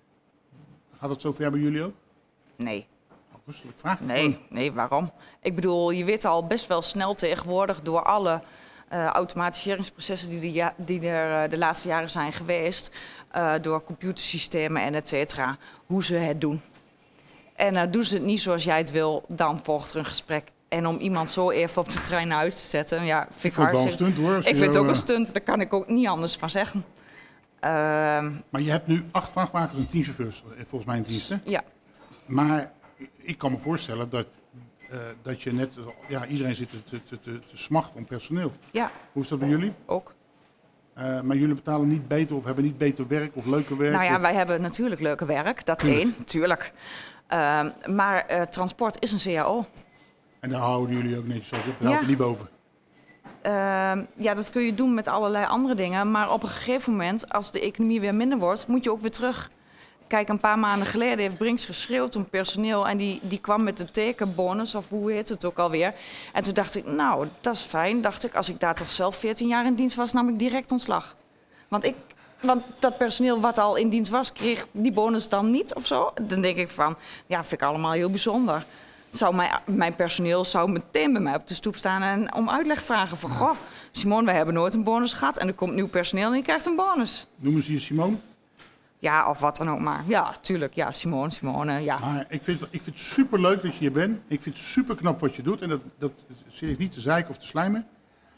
Gaat dat zover bij jullie ook? Nee. Nou, rustig, ik vraag het nee, gewoon. Nee, waarom? Ik bedoel, je weet al best wel snel tegenwoordig door alle uh, automatiseringsprocessen die, de ja, die er uh, de laatste jaren zijn geweest, uh, door computersystemen en et cetera, hoe ze het doen. En uh, doen ze het niet zoals jij het wil, dan volgt er een gesprek. En om iemand zo even op de trein naar huis te zetten, ja, vind ik, ik vind het wel een stunt hoor. Ik vind het ook een stunt, daar kan ik ook niet anders van zeggen. Uh, maar je hebt nu acht vrachtwagens en tien chauffeurs, volgens mij in dienst, hè? Ja. Maar ik kan me voorstellen dat, uh, dat je net, ja, iedereen zit te, te, te, te smachten om personeel. Ja. Hoe is dat bij jullie? Ook. Uh, maar jullie betalen niet beter of hebben niet beter werk of leuker werk? Nou ja, of... wij hebben natuurlijk leuker werk, dat tuurlijk. één, tuurlijk. Uh, maar uh, transport is een C A O. En daar houden jullie ook netjes op, je betaalt ja. er niet boven. Uh, ja, dat kun je doen met allerlei andere dingen. Maar op een gegeven moment, als de economie weer minder wordt, moet je ook weer terug. Kijk, een paar maanden geleden heeft Brinks geschreeuwd om personeel. En die, die kwam met de tekenbonus, of hoe heet het ook alweer. En toen dacht ik, nou, dat is fijn. Dacht ik, als ik daar toch zelf veertien jaar in dienst was, nam ik direct ontslag. Want, ik, want dat personeel wat al in dienst was, kreeg die bonus dan niet of zo. Dan denk ik van, ja, vind ik allemaal heel bijzonder. Zou mijn, mijn personeel zou meteen bij mij op de stoep staan en om uitleg vragen van... Goh, Simone, wij hebben nooit een bonus gehad en er komt nieuw personeel en je krijgt een bonus. Noemen ze je Simone? Ja, of wat dan ook maar. Ja, tuurlijk. Ja, Simone, Simone, ja. Maar ik vind, ik vind het superleuk dat je hier bent. Ik vind het super knap wat je doet en dat, dat zit ik niet te zeiken of te slijmen.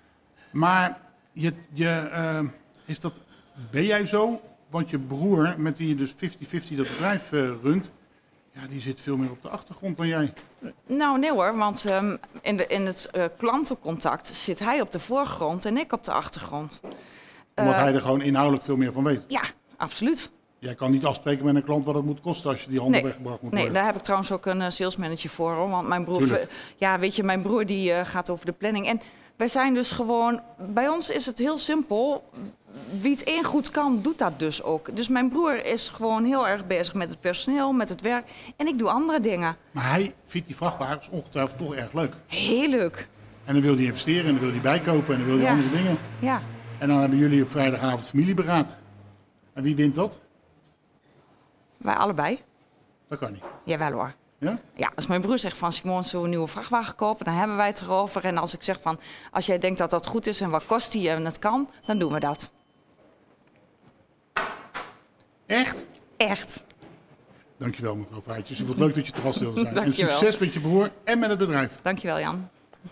Maar je, je, uh, is dat, ben jij zo? Want je broer, met wie je dus vijftig vijftig dat bedrijf uh, runt... Ja, die zit veel meer op de achtergrond dan jij. Nou, nee hoor, want um, in, de, in het uh, klantencontact zit hij op de voorgrond en ik op de achtergrond. Omdat uh, hij er gewoon inhoudelijk veel meer van weet. Ja, absoluut. Jij kan niet afspreken met een klant wat het moet kosten als je die handel nee, weggebracht moet nee, worden. Nee, daar heb ik trouwens ook een uh, salesmanager voor. Hoor, want mijn broer, ja, weet je, mijn broer die uh, gaat over de planning. En wij zijn dus gewoon, bij ons is het heel simpel. Wie het één goed kan, doet dat dus ook. Dus mijn broer is gewoon heel erg bezig met het personeel, met het werk. En ik doe andere dingen. Maar hij vindt die vrachtwagens ongetwijfeld toch erg leuk. Heel leuk. En dan wil hij investeren en dan wil hij bijkopen en dan wil hij ja. andere dingen. Ja. En dan hebben jullie op vrijdagavond familieberaad. En wie wint dat? Wij allebei. Dat kan niet. Jawel hoor. Ja? Ja, als mijn broer zegt van Simone, zullen we een nieuwe vrachtwagen kopen, dan hebben wij het erover. En als ik zeg van, als jij denkt dat dat goed is en wat kost die en het kan, dan doen we dat. Echt? Echt. Dankjewel mevrouw Feitjes. Ik vond het leuk dat je te gast wilde zijn. En succes met je broer en met het bedrijf. Dankjewel Jan.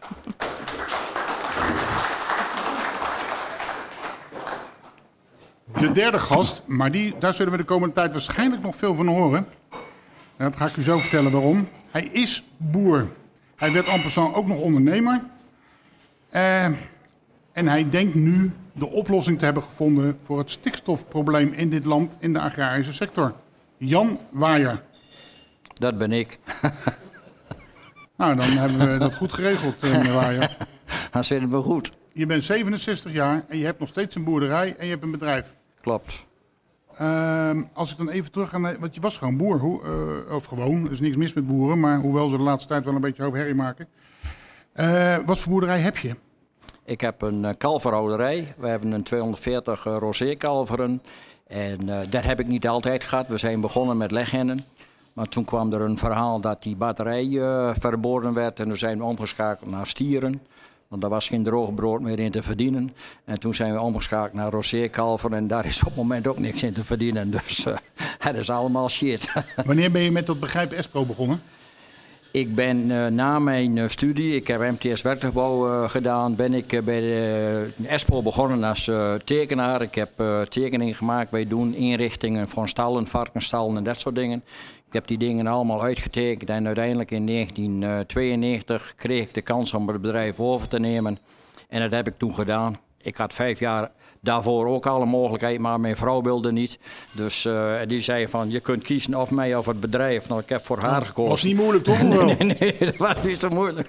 De derde gast, maar die, daar zullen we de komende tijd waarschijnlijk nog veel van horen. Dat ga ik u zo vertellen waarom. Hij is boer. Hij werd en passant ook nog ondernemer. Uh, en hij denkt nu de oplossing te hebben gevonden voor het stikstofprobleem in dit land in de agrarische sector. Jan Waaier. Dat ben ik. Nou, dan hebben we dat goed geregeld, meneer Waaier. Dat vinden we goed. je bent zevenenzestig jaar en je hebt nog steeds een boerderij en je hebt een bedrijf. Klopt. Uh, als ik dan even terug ga naar, want je was gewoon boer, hoe, uh, of gewoon, er is niks mis met boeren, maar hoewel ze de laatste tijd wel een beetje hoop herrie maken. Uh, wat voor boerderij heb je? Ik heb een uh, kalverhouderij. We hebben een tweehonderdveertig uh, rozeekalveren. En uh, dat heb ik niet altijd gehad. We zijn begonnen met leghennen. Maar toen kwam er een verhaal dat die batterij uh, verboden werd. En toen zijn we omgeschakeld naar stieren. Want daar was geen droog brood meer in te verdienen. En toen zijn we omgeschakeld naar rozeekalveren. En daar is op het moment ook niks in te verdienen. Dus uh, het is allemaal shit. Wanneer ben je met dat Begrijp Espro begonnen? Ik ben uh, na mijn uh, studie, ik heb M T S werktuigbouw uh, gedaan, ben ik uh, bij de uh, Espro begonnen als uh, tekenaar. Ik heb uh, tekeningen gemaakt. Wij doen inrichtingen van stallen, varkensstallen en dat soort dingen. Ik heb die dingen allemaal uitgetekend en uiteindelijk in negentien tweeënnegentig kreeg ik de kans om het bedrijf over te nemen. En dat heb ik toen gedaan. Ik had vijf jaar daarvoor ook al een mogelijkheid, maar mijn vrouw wilde niet. Dus uh, die zei van, je kunt kiezen of mij of het bedrijf. Nou, ik heb voor haar gekozen. Was niet moeilijk, toch? nee, nee, nee, dat was niet zo moeilijk.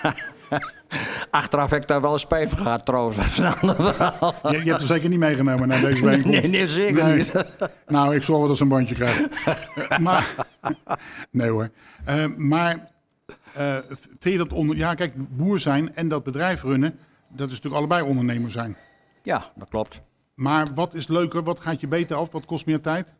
Achteraf heb ik daar wel spijt van gehad trouwens. Dat is een ander verhaal. Je, je hebt er zeker niet meegenomen naar deze bijeenkomst. Nee, nee, zeker nee. niet. Nou, ik zorg wel dat ze een bandje krijgt. uh, maar, nee hoor. Uh, maar uh, vind je dat onder... Ja, kijk, boer zijn en dat bedrijf runnen, dat is natuurlijk allebei ondernemer zijn. Ja, dat klopt. Maar wat is leuker? Wat gaat je beter af? Wat kost meer tijd?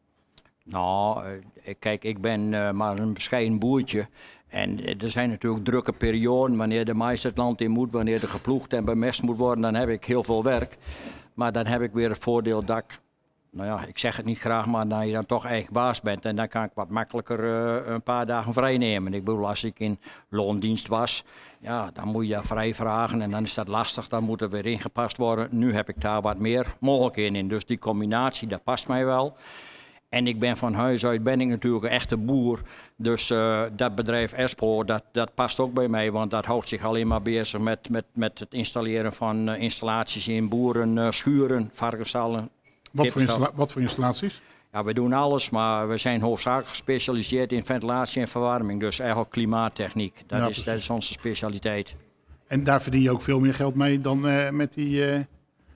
Nou, kijk, ik ben uh, maar een bescheiden boertje. En er zijn natuurlijk drukke perioden wanneer de mais het land in moet, wanneer er geploegd en bemest moet worden, dan heb ik heel veel werk. Maar dan heb ik weer het voordeel dat ik, nou ja, ik zeg het niet graag, maar dat je dan toch eigen baas bent. En dan kan ik wat makkelijker uh, een paar dagen vrij nemen. Ik bedoel, als ik in loondienst was, ja, dan moet je vrij vragen en dan is dat lastig, dan moet er weer ingepast worden. Nu heb ik daar wat meer mogelijkheden in, dus die combinatie, dat past mij wel. En ik ben van huis uit ben ik natuurlijk een echte boer. Dus uh, dat bedrijf Espro, dat, dat past ook bij mij. Want dat houdt zich alleen maar bezig met, met, met het installeren van uh, installaties in boeren, uh, schuren, varkensstallen. Wat voor, installa- wat voor installaties? Ja, we doen alles, maar we zijn hoofdzakelijk gespecialiseerd in ventilatie en verwarming. Dus eigenlijk klimaattechniek. Dat, Ja, is, dat is onze specialiteit. En daar verdien je ook veel meer geld mee dan uh, met die... Uh...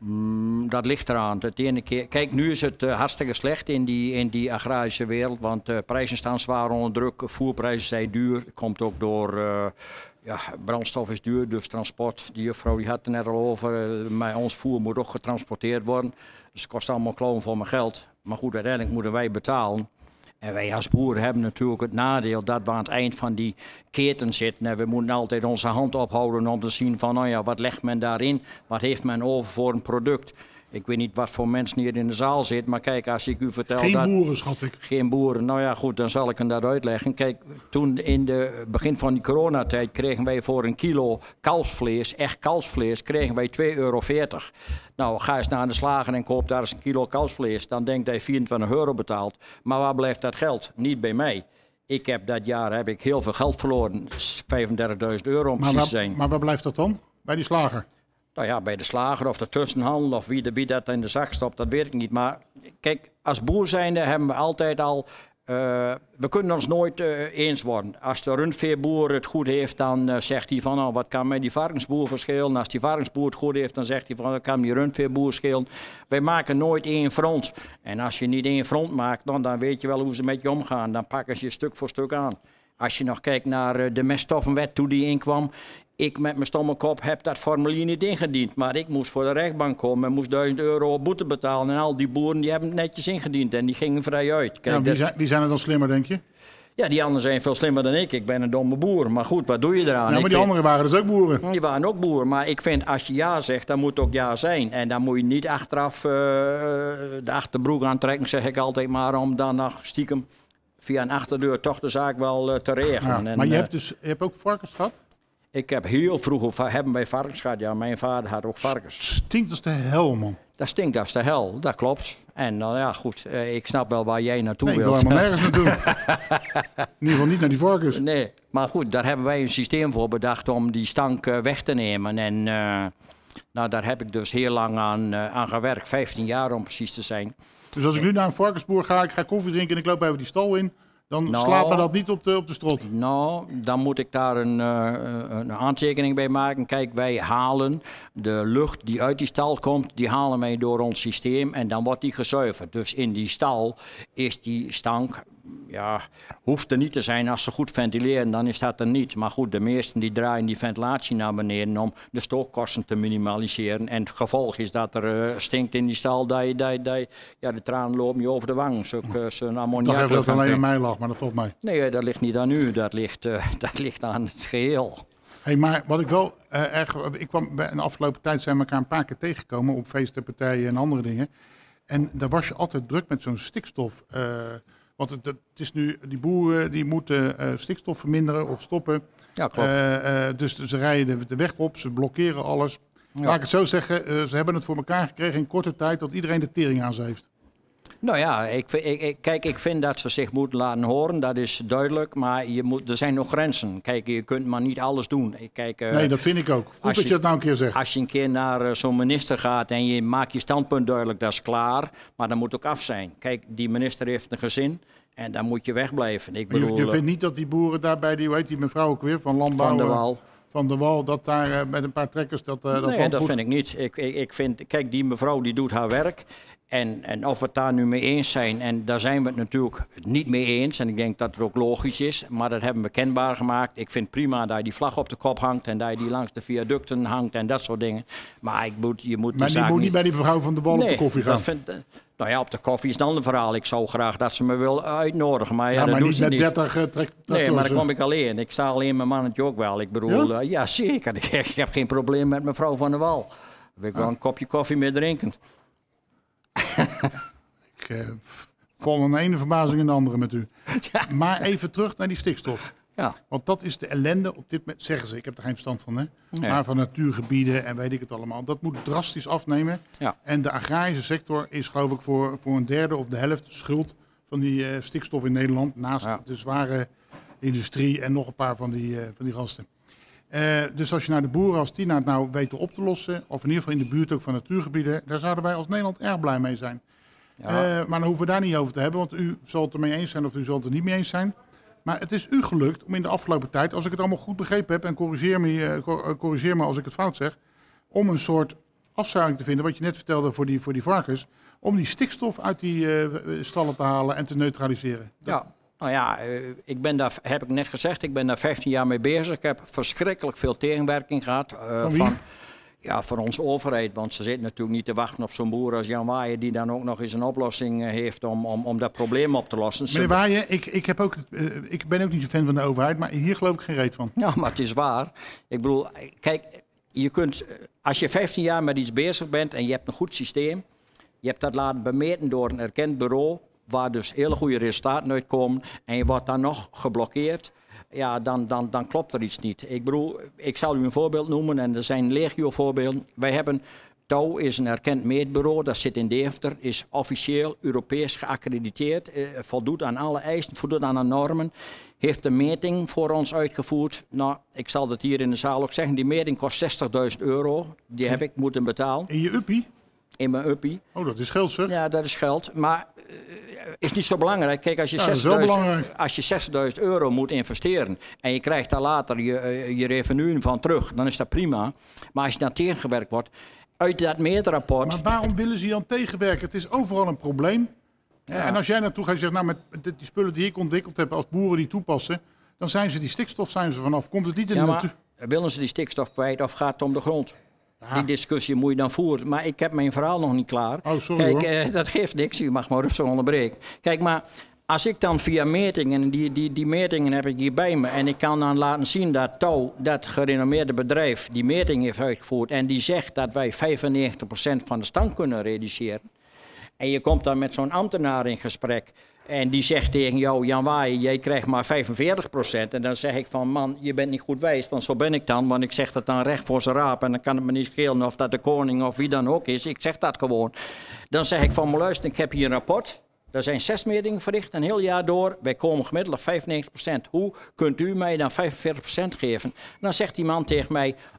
Mm, dat ligt eraan. Het ene keer, kijk, nu is het uh, hartstikke slecht in die, in die agrarische wereld, want uh, prijzen staan zwaar onder druk, voerprijzen zijn duur. Komt ook door, uh, ja, brandstof is duur, dus transport. Die juffrouw die had het er net al over, uh, maar ons voer moet ook getransporteerd worden. Dus het kost allemaal kloon voor mijn geld. Maar goed, uiteindelijk moeten wij betalen. En wij als boeren hebben natuurlijk het nadeel dat we aan het eind van die keten zitten. En we moeten altijd onze hand ophouden om te zien van, nou ja, wat legt men daarin? Wat heeft men over voor een product? Ik weet niet wat voor mensen hier in de zaal zit, maar kijk, als ik u vertel Geen dat... Geen boeren, schat ik. Geen boeren, nou ja goed, dan zal ik hem dat uitleggen. Kijk, toen in het begin van die coronatijd kregen wij voor een kilo kalfsvlees, echt kalfsvlees, kregen wij twee euro veertig. Nou, ga eens naar de slager en koop daar eens een kilo kalfsvlees. Dan denk dat je vierentwintig euro betaalt. Maar waar blijft dat geld? Niet bij mij. Ik heb dat jaar heb ik heel veel geld verloren, vijfendertigduizend euro om maar precies waar, te zijn. Maar waar blijft dat dan? Bij die slager? Nou ja, bij de slager of de tussenhandel of wie, de, wie dat in de zak stopt, dat weet ik niet. Maar kijk, als boer zijnde hebben we altijd al... Uh, we kunnen ons nooit uh, eens worden. Als de rundveeboer het goed heeft, dan uh, zegt hij van... Nou, wat kan mij die varkensboer verschillen? Als die varkensboer het goed heeft, dan zegt hij van... Wat kan die rundveeboer schelen? Wij maken nooit één front. En als je niet één front maakt, dan, dan weet je wel hoe ze met je omgaan. Dan pakken ze je stuk voor stuk aan. Als je nog kijkt naar uh, de meststoffenwet toen die inkwam... Ik met mijn stomme kop heb dat formulier niet ingediend. Maar ik moest voor de rechtbank komen en moest duizend euro boete betalen. En al die boeren die hebben het netjes ingediend en die gingen vrij uit. Kijk, ja, wie, dat... zijn, wie zijn er dan slimmer, denk je? Ja, die anderen zijn veel slimmer dan ik. Ik ben een domme boer. Maar goed, wat doe je eraan? Ja, maar ik die vind... anderen waren dus ook boeren. Die waren ook boeren. Maar ik vind, als je ja zegt, dan moet het ook ja zijn. En dan moet je niet achteraf uh, de achterbroek aantrekken, zeg ik altijd maar. Om dan nog stiekem via een achterdeur toch de zaak wel uh, te regelen. Ja, en, maar je uh, hebt dus je hebt ook varkens gehad? Ik heb heel vroeg hebben wij varkens gehad. Ja, mijn vader had ook varkens. Het stinkt als de hel, man. Dat stinkt als de hel, dat klopt. En nou ja, goed, uh, ik snap wel waar jij naartoe nee, wilt. Ik wil helemaal nergens naartoe. In ieder geval niet naar die varkens. Nee, maar goed, daar hebben wij een systeem voor bedacht om die stank uh, weg te nemen. En uh, nou, daar heb ik dus heel lang aan, uh, aan gewerkt, vijftien jaar om precies te zijn. Dus als ik nu naar een varkensboer ga, ik ga koffie drinken en ik loop even die stal in... dan Nou, slaat me dat niet op de, op de strot. Nou, dan moet ik daar een, uh, een aantekening bij maken. Kijk, wij halen de lucht die uit die stal komt, die halen wij door ons systeem en dan wordt die gezuiverd. Dus in die stal is die stank, ja, hoeft er niet te zijn. Als ze goed ventileren, dan is dat er niet. Maar goed, de meesten die draaien die ventilatie naar beneden om de stookkosten te minimaliseren. En het gevolg is dat er uh, stinkt in die stal, dat je, dat je, dat je, ja, de tranen lopen je over de wang. Zo'n uh, Ik dacht ammoniak. even dat het alleen aan mij lag, maar dat valt mij. Nee, dat ligt niet aan u, dat ligt, uh, dat ligt aan het geheel. Hey, maar wat ik wel uh, erg... Ik kwam bij, in de afgelopen tijd zijn we elkaar een paar keer tegengekomen op feesten, partijen en andere dingen. En daar was je altijd druk met zo'n stikstof. Uh, want het, het is nu, die boeren die moeten uh, stikstof verminderen of stoppen. Ja, klopt. Uh, uh, dus ze rijden de, de weg op, ze blokkeren alles. Ja. Laat ik het zo zeggen, uh, ze hebben het voor elkaar gekregen in korte tijd dat iedereen de tering aan ze heeft. Nou ja, ik, ik, ik, kijk, ik vind dat ze zich moeten laten horen, dat is duidelijk. Maar je moet, er zijn nog grenzen. Kijk, je kunt maar niet alles doen. Kijk, uh, Nee, dat vind ik ook. Goed dat je, je dat nou een keer zegt. Als je een keer naar uh, zo'n minister gaat en je maakt je standpunt duidelijk, dat is klaar. Maar dat moet ook af zijn. Kijk, die minister heeft een gezin en dan moet je wegblijven. Ik Maar bedoel, je, je vindt niet dat die boeren daarbij, die, hoe heet die mevrouw ook weer, van Landbouw... Van der uh, Wal. Van der Wal, dat daar uh, met een paar trekkers dat uh, dat Nee, land dat goed- vind ik niet. Ik, ik, ik vind, kijk, die mevrouw die doet haar werk. En, en of we het daar nu mee eens zijn, en daar zijn we het natuurlijk niet mee eens. En ik denk dat het ook logisch is, maar dat hebben we kenbaar gemaakt. Ik vind prima dat je die vlag op de kop hangt en dat je die langs de viaducten hangt en dat soort dingen. Maar ik moet, je moet Maar de die zaak moet niet niet... bij die mevrouw van der Wal op de koffie gaan. dat vind, nou ja, op de koffie is een ander verhaal. Ik zou graag dat ze me wil uitnodigen, maar ja, Ja, dat maar doet niet ze met niet. dertig uh, trek, Nee, maar dan kom ik alleen. Ik sta alleen mijn mannetje ook wel. Ik bedoel, Ja? ja, uh, ja zeker. Ik, ik heb geen probleem met mevrouw van der Wal. Wil ik wel een kopje koffie mee drinken. Ik uh, val van de ene verbazing in de andere met u. Ja. Maar even terug naar die stikstof. Ja. Want dat is de ellende op dit moment, zeggen ze, ik heb er geen verstand van, hè? Nee. Maar van natuurgebieden en weet ik het allemaal. Dat moet drastisch afnemen. Ja. En de agrarische sector is geloof ik voor, voor een derde of de helft schuld van die uh, stikstof in Nederland. Naast Ja. de zware industrie en nog een paar van die, uh, van die gasten. Uh, dus als je naar de boeren, als die nou het nou weten op te lossen, of in ieder geval in de buurt ook van natuurgebieden, daar zouden wij als Nederland erg blij mee zijn. Ja. Uh, maar dan hoeven we daar niet over te hebben, want u zal het ermee eens zijn of u zal het er niet mee eens zijn. Maar het is u gelukt om in de afgelopen tijd, als ik het allemaal goed begrepen heb, en corrigeer me, uh, cor- corrigeer me als ik het fout zeg, om een soort afzuiging te vinden, wat je net vertelde voor die, voor die varkens, om die stikstof uit die uh, stallen te halen en te neutraliseren. Dat- Ja, nou ja, uh, ik ben daar, heb ik net gezegd, ik ben daar vijftien jaar mee bezig. Ik heb verschrikkelijk veel tegenwerking gehad. Uh, Van wie? Ja, van onze overheid, want ze zitten natuurlijk niet te wachten op zo'n boer als Jan Waaien, die dan ook nog eens een oplossing uh, heeft om, om, om dat probleem op te lossen. Ze- Meneer Waaien, ik, ik, heb ook, uh, ik ben ook niet zo'n fan van de overheid, maar hier geloof ik geen reet van. Nou, maar het is waar. Ik bedoel, kijk, je kunt, als je vijftien jaar met iets bezig bent en je hebt een goed systeem, je hebt dat laten bemeten door een erkend bureau, waar dus hele goede resultaten uitkomen, en je wordt dan nog geblokkeerd, ja, dan, dan, dan klopt er iets niet. Ik bedoel, ik zal u een voorbeeld noemen, en er zijn legio voorbeelden. Wij hebben, Touw is een erkend meetbureau, dat zit in Deventer, is officieel Europees geaccrediteerd, eh, voldoet aan alle eisen, voldoet aan de normen, heeft een meting voor ons uitgevoerd. Nou, ik zal het hier in de zaal ook zeggen, die meting kost zestigduizend euro, die heb ik moeten betalen In je uppie? in mijn uppie. Oh, dat is geld zeg. Ja, dat is geld, maar uh, is niet zo belangrijk. Kijk, als je Ja, dat is wel zestigduizend belangrijk. als je zestigduizend euro moet investeren en je krijgt daar later je, uh, je revenue van terug, dan is dat prima. Maar als je daar tegengewerkt wordt, uit dat meetrapport... Maar waarom willen ze dan tegenwerken? Het is overal een probleem. Ja. En als jij naartoe gaat en zegt, nou met die spullen die ik ontwikkeld heb, als boeren die toepassen, dan zijn ze die stikstof zijn ze vanaf. Komt het niet in Ja, de maar natuur? willen ze die stikstof kwijt of gaat het om de grond? Ja. Die discussie moet je dan voeren. Maar ik heb mijn verhaal nog niet klaar. Oh, sorry, Kijk, hoor. eh, dat geeft niks. U mag maar rustig onderbreken. Kijk, maar als ik dan via metingen, en die, die, die metingen heb ik hier bij me, en ik kan dan laten zien dat Touw, dat gerenommeerde bedrijf, die meting heeft uitgevoerd en die zegt dat wij vijfennegentig procent van de stank kunnen reduceren. En je komt dan met zo'n ambtenaar in gesprek en die zegt tegen jou, Jan Waaien, jij krijgt maar vijfenveertig procent. En dan zeg ik van, man, je bent niet goed wijs, want zo ben ik dan. Want ik zeg dat dan recht voor zijn raap en dan kan het me niet schelen of dat de koning of wie dan ook is. Ik zeg dat gewoon. Dan zeg ik van, maar luister, ik heb hier een rapport. Er zijn zes metingen verricht een heel jaar door. Wij komen gemiddeld op vijfennegentig procent. Hoe kunt u mij dan vijfenveertig procent geven? Dan zegt die man tegen mij,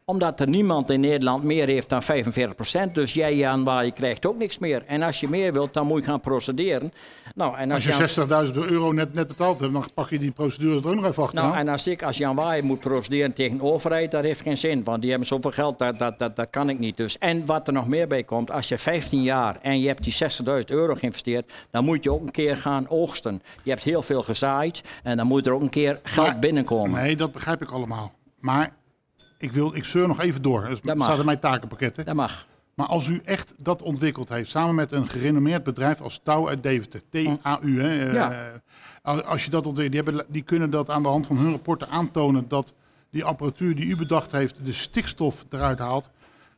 Omdat er niemand in Nederland meer heeft dan vijfenveertig procent. Dus jij, Jan, waar je krijgt ook niks meer. En als je meer wilt, dan moet je gaan procederen. Nou, en als, als je zestigduizend euro net, net betaald hebt, dan pak je die procedure er ook nog even achteraan. Nou, en als ik als Jan Waaij moet procederen tegen de overheid, dat heeft geen zin. Want die hebben zoveel geld, dat, dat, dat, dat kan ik niet. Dus. En wat er nog meer bij komt, als je vijftien jaar en je hebt die zestigduizend euro geïnvesteerd, dan moet je ook een keer gaan oogsten. Je hebt heel veel gezaaid en dan moet er ook een keer geld maar, binnenkomen. Nee, dat begrijp ik allemaal. Maar ik, wil, ik zeur nog even door. Dus dat staat in mijn takenpakket. Hè? Dat mag. Maar als u echt dat ontwikkeld heeft, samen met een gerenommeerd bedrijf als Touw uit Deventer, T A U, hè, Ja. uh, als je dat ontwikkelt, die, hebben, die kunnen dat aan de hand van hun rapporten aantonen dat die apparatuur die u bedacht heeft de stikstof eruit haalt.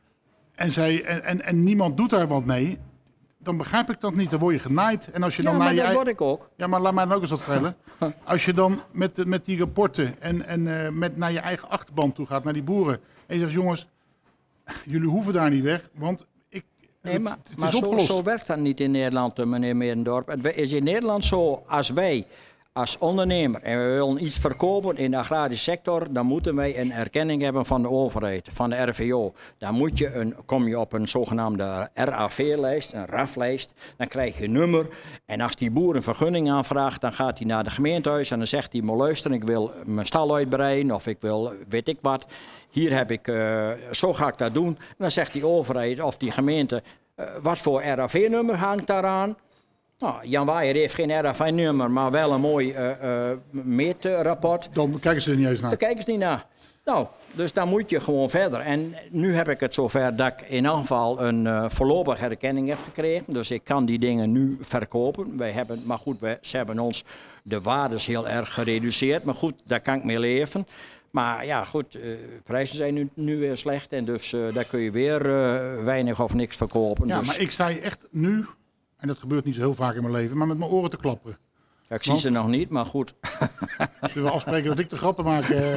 En, zij, en, en, en niemand doet daar wat mee. Dan begrijp ik dat niet. Dan word je genaaid. En als je dan Ja, naar maar je dat ei- word ik ook. Ja, maar laat mij dan ook eens wat vertellen. Als je dan met, de- met die rapporten en, en uh, met naar je eigen achterban toe gaat, naar die boeren. En je zegt, jongens, jullie hoeven daar niet weg, want ik, Nee, het, maar, het maar is zo, opgelost. zo werkt dat niet in Nederland, eh, meneer Meerendorp. Het is in Nederland zo, als wij als ondernemer en we willen iets verkopen in de agrarische sector, dan moeten wij een erkenning hebben van de overheid, van de R V O. Dan moet je een, kom je op een zogenaamde R A V-lijst, een R A F-lijst. Dan krijg je een nummer. En als die boer een vergunning aanvraagt, dan gaat hij naar de gemeentehuis en dan zegt hij, maar luister, ik wil mijn stal uitbreiden of ik wil weet ik wat. Hier heb ik, uh, zo ga ik dat doen. En dan zegt die overheid of die gemeente, uh, wat voor R A V-nummer hangt daaraan? Nou, Jan Waaij heeft geen R A V-nummer, maar wel een mooi uh, uh, meetrapport. Dan kijken ze er niet eens naar. Daar kijken ze niet naar. Nou, dus dan moet je gewoon verder. En nu heb ik het zover dat ik in elk geval een uh, voorlopige erkenning heb gekregen. Dus ik kan die dingen nu verkopen. Wij hebben, maar goed, wij, ze hebben ons de waardes heel erg gereduceerd. Maar goed, daar kan ik mee leven. Maar ja, goed, uh, prijzen zijn nu, nu weer slecht. En dus uh, daar kun je weer uh, weinig of niks verkopen. Ja, dus, maar ik sta hier echt nu, en dat gebeurt niet zo heel vaak in mijn leven, maar met mijn oren te klapperen. ja, ik zie ze nog niet, maar goed. Zullen we afspreken dat ik de grappen maak? Uh,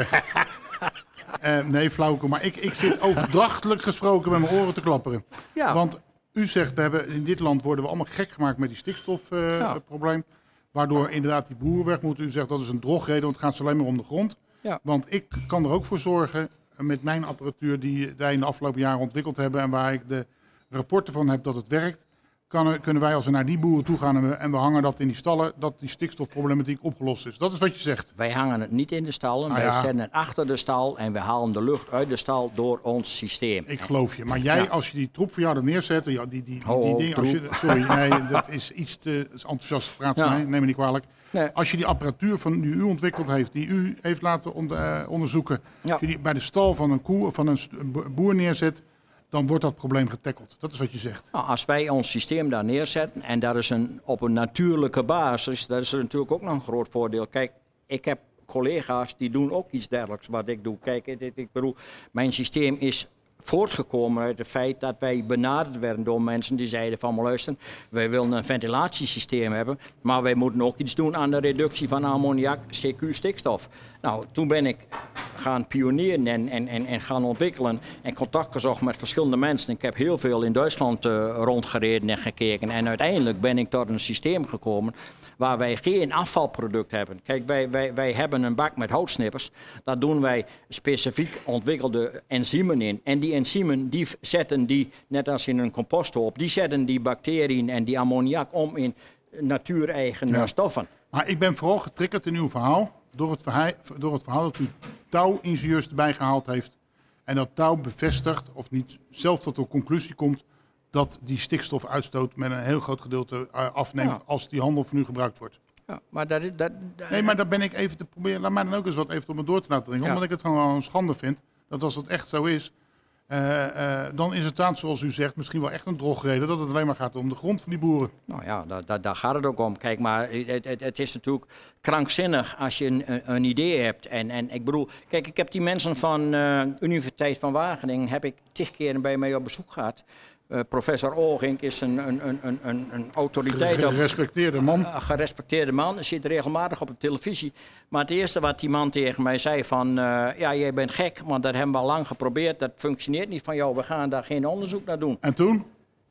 uh, nee, flauwke, maar ik, ik zit overdrachtelijk gesproken met mijn oren te klapperen. Ja. Want u zegt, we hebben, in dit land worden we allemaal gek gemaakt met die stikstofprobleem. Uh, ja. Waardoor inderdaad die boeren weg moeten. U zegt dat is een drogreden, want het gaat ze alleen maar om de grond. Ja. Want ik kan er ook voor zorgen, met mijn apparatuur die wij in de afgelopen jaren ontwikkeld hebben en waar ik de rapporten van heb dat het werkt, kan, kunnen wij als we naar die boeren toe gaan en we, en we hangen dat in die stallen, dat die stikstofproblematiek opgelost is. Dat is wat je zegt. Wij hangen het niet in de stallen, Ah, wij ja. zetten het achter de stal en we halen de lucht uit de stal door ons systeem. Ik geloof je. Maar jij, Ja. als je die troep voor jou er neerzet, ja, die, die, die, Ho, die ho, dingen, als je, sorry, nee, dat is iets te dat is enthousiast praat van Ja. mij, neem me niet kwalijk. Nee. Als je die apparatuur van, die u ontwikkeld heeft, die u heeft laten on, uh, onderzoeken, Ja. als je die bij de stal van een koe of van een st- boer neerzet, dan wordt dat probleem getackeld. Dat is wat je zegt. Nou, als wij ons systeem daar neerzetten en dat is een, op een natuurlijke basis, dat is natuurlijk ook nog een groot voordeel. Kijk, ik heb collega's die doen ook iets dergelijks wat ik doe. Kijk, ik, ik bedoel, mijn systeem is voortgekomen uit het feit dat wij benaderd werden door mensen die zeiden van, maar luister, wij willen een ventilatiesysteem hebben, maar wij moeten ook iets doen aan de reductie van ammoniak, C Q, stikstof. Nou, toen ben ik gaan pionieren en, en, en, en gaan ontwikkelen en contact gezocht met verschillende mensen. Ik heb heel veel in Duitsland uh, rondgereden en gekeken en uiteindelijk ben ik tot een systeem gekomen waar wij geen afvalproduct hebben. Kijk, wij, wij, wij hebben een bak met houtsnippers. Daar doen wij specifiek ontwikkelde enzymen in. En die enzymen die zetten die, net als in een composthoop, die zetten die bacteriën en die ammoniak om in natuureigen Ja. stoffen. Maar ik ben vooral getriggerd in uw verhaal door het verhaal, door het verhaal dat u touwingenieurs erbij gehaald heeft. En dat touw bevestigt, of niet zelf tot de conclusie komt, dat die stikstofuitstoot met een heel groot gedeelte uh, afneemt Ja. als die handel van u gebruikt wordt. Ja, maar dat is... Dat, dat- Nee, maar daar ben ik even te proberen. Laat mij dan ook eens wat even op me door te laten dringen. Ja. Omdat ik het gewoon een schande vind. Dat als dat echt zo is, uh, uh, dan is het inderdaad, zoals u zegt, misschien wel echt een drogreden. Dat het alleen maar gaat om de grond van die boeren. Nou ja, daar, daar, daar gaat het ook om. Kijk, maar het, het, het is natuurlijk krankzinnig als je een, een, een idee hebt. En, en ik bedoel, kijk, ik heb die mensen van de uh, Universiteit van Wageningen, heb ik tig keer bij mij op bezoek gehad. Uh, professor Oogink is een, een, een, een, een, een autoriteit op... Gerespecteerde man. Een gerespecteerde man, zit regelmatig op de televisie. Maar het eerste wat die man tegen mij zei van... Uh, ja, jij bent gek, want dat hebben we al lang geprobeerd. Dat functioneert niet van jou, we gaan daar geen onderzoek naar doen. En toen?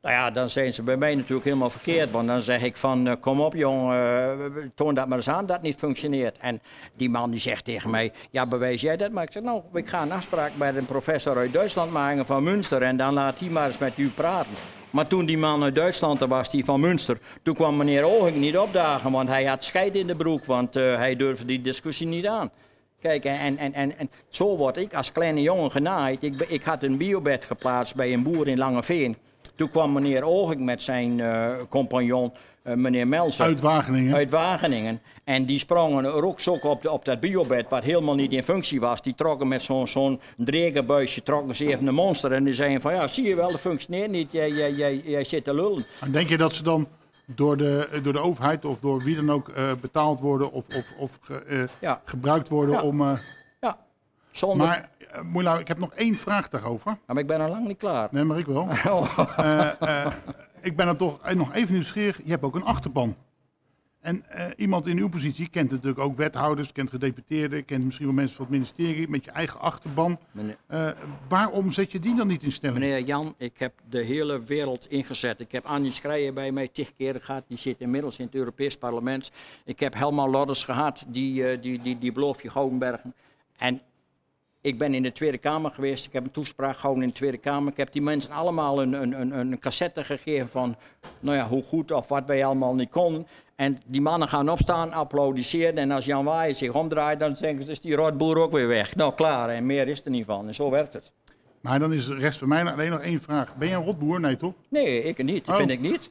Nou ja, dan zijn ze bij mij natuurlijk helemaal verkeerd. Want dan zeg ik van, uh, kom op jong, uh, toon dat maar eens aan dat het niet functioneert. En die man die zegt tegen mij, ja bewijs jij dat? Maar ik zeg, nou, ik ga een afspraak met een professor uit Duitsland maken van Münster. En dan laat hij maar eens met u praten. Maar toen die man uit Duitsland er was, die van Münster, toen kwam meneer Oging niet opdagen. Want hij had scheid in de broek, want uh, hij durfde die discussie niet aan. Kijk, en, en, en, en zo word ik als kleine jongen genaaid. Ik, ik had een biobed geplaatst bij een boer in Langeveen. Toen kwam meneer Oging met zijn uh, compagnon, uh, meneer Melser. Uit Wageningen. Uit Wageningen. En die sprongen ook op, de, op dat biobed, wat helemaal niet in functie was. Die trokken met zo'n zo'n dregenbuisje, trokken ze even een monster. En die zeiden van, ja, zie je wel, dat functioneert niet. Jij, jij, jij, jij zit te lullen. En denk je dat ze dan door de, door de overheid of door wie dan ook uh, betaald worden of, of, of uh, ja. gebruikt worden ja. om... Uh... Ja, zonder... Maar... Moela, ik heb nog één vraag daarover. Maar ik ben al lang niet klaar. Nee, maar ik wel. uh, uh, ik ben er toch nog even nieuwsgierig. Je hebt ook een achterban. En uh, iemand in uw positie kent natuurlijk ook wethouders, kent gedeputeerden, kent misschien wel mensen van het ministerie met je eigen achterban. Uh, waarom zet je die dan niet in stelling? Meneer Jan, ik heb de hele wereld ingezet. Ik heb Annie Schreier bij mij tig keer gehad. Die zit inmiddels in het Europees Parlement. Ik heb Helma Lodders gehad, die, uh, die, die, die beloof je Goudenbergen. En ik ben in de Tweede Kamer geweest, ik heb een toespraak gehouden in de Tweede Kamer. Ik heb die mensen allemaal een, een, een, een cassette gegeven van nou ja, hoe goed of wat wij allemaal niet konden. En die mannen gaan opstaan, applaudisseren en als Jan Waaier zich omdraait, dan zeggen ze, is die rotboer ook weer weg. Nou klaar, en meer is er niet van. En zo werkt het. Maar dan is de rest van mij alleen nog één vraag. Ben je een rotboer? Nee, toch? Nee, ik niet. Dat oh. vind ik niet.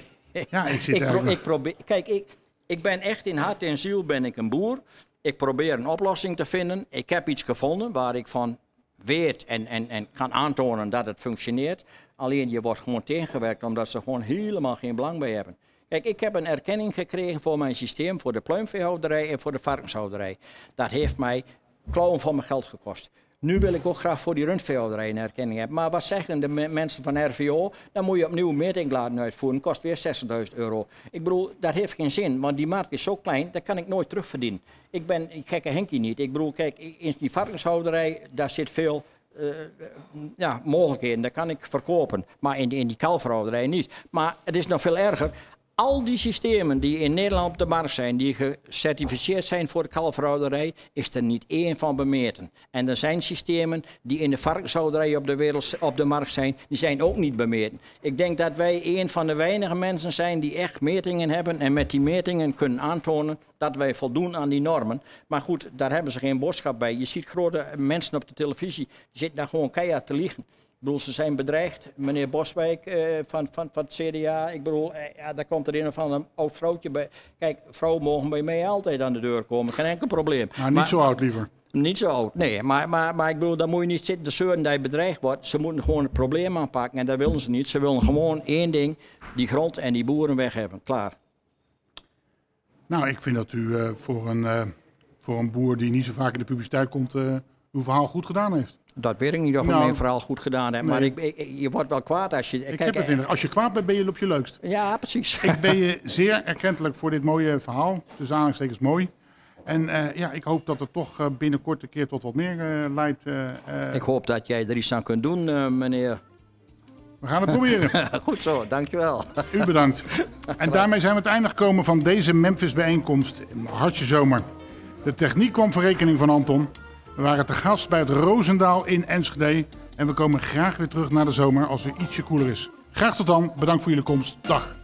Ja, ik zit ik, pro- ik probeer, Kijk, ik, ik ben echt in hart en ziel ben ik een boer. Ik probeer een oplossing te vinden. Ik heb iets gevonden waar ik van weet en, en, en kan aantonen dat het functioneert. Alleen je wordt gewoon tegengewerkt omdat ze gewoon helemaal geen belang bij hebben. Kijk, ik heb een erkenning gekregen voor mijn systeem, voor de pluimveehouderij en voor de varkenshouderij. Dat heeft mij klauwen van mijn geld gekost. Nu wil ik ook graag voor die rundveehouderij een erkenning hebben. Maar wat zeggen de me- mensen van R V O? Dan moet je opnieuw een meting laten uitvoeren. Kost weer zestigduizend euro. Ik bedoel, dat heeft geen zin. Want die markt is zo klein, dat kan ik nooit terugverdienen. Ik ben een gekke Henkie niet. Ik bedoel, kijk, in die varkenshouderij, daar zit veel uh, ja, mogelijkheden. Dat kan ik verkopen. Maar in die, in die kalverhouderij niet. Maar het is nog veel erger. Al die systemen die in Nederland op de markt zijn, die gecertificeerd zijn voor de kalverhouderij, is er niet één van bemeten. En er zijn systemen die in de varkenshouderij op de, wereld, op de markt zijn, die zijn ook niet bemeten. Ik denk dat wij een van de weinige mensen zijn die echt metingen hebben en met die metingen kunnen aantonen dat wij voldoen aan die normen. Maar goed, daar hebben ze geen boodschap bij. Je ziet grote mensen op de televisie, die zitten daar gewoon keihard te liegen. Ik bedoel, ze zijn bedreigd. Meneer Boswijk uh, van, van, van het C D A, ik bedoel, uh, ja, daar komt er een of ander oud vrouwtje bij. Kijk, vrouwen mogen bij mij altijd aan de deur komen, geen enkel probleem. Maar niet maar, zo oud liever. Niet zo oud, nee. Maar, maar, maar ik bedoel, dan moet je niet zitten te zeuren dat je bedreigd wordt. Ze moeten gewoon het probleem aanpakken en dat willen ze niet. Ze willen gewoon één ding, die grond en die boeren weg hebben. Klaar. Nou, ik vind dat u uh, voor, een, uh, voor een boer die niet zo vaak in de publiciteit komt, uh, uw verhaal goed gedaan heeft. Dat weet ik niet of ik nou, mijn verhaal goed gedaan heb, nee. Maar ik, ik, je wordt wel kwaad als je... Ik kijk, heb het in, als je kwaad bent, ben je op je leukst. Ja, precies. Ik ben je zeer erkentelijk voor dit mooie verhaal. Tussen aanhalingstekens mooi. En uh, ja, ik hoop dat het toch uh, binnenkort een keer tot wat meer uh, leidt. Uh, uh, ik hoop dat jij er iets aan kunt doen, uh, meneer. We gaan het proberen. Goed zo, dankjewel. U bedankt. En daarmee zijn we aan het einde gekomen van deze Memphis-bijeenkomst. Hartje zomer. De techniek kwam voor rekening van Anton. We waren te gast bij het Rozendaal in Enschede. En we komen graag weer terug na de zomer als het ietsje koeler is. Graag tot dan. Bedankt voor jullie komst. Dag.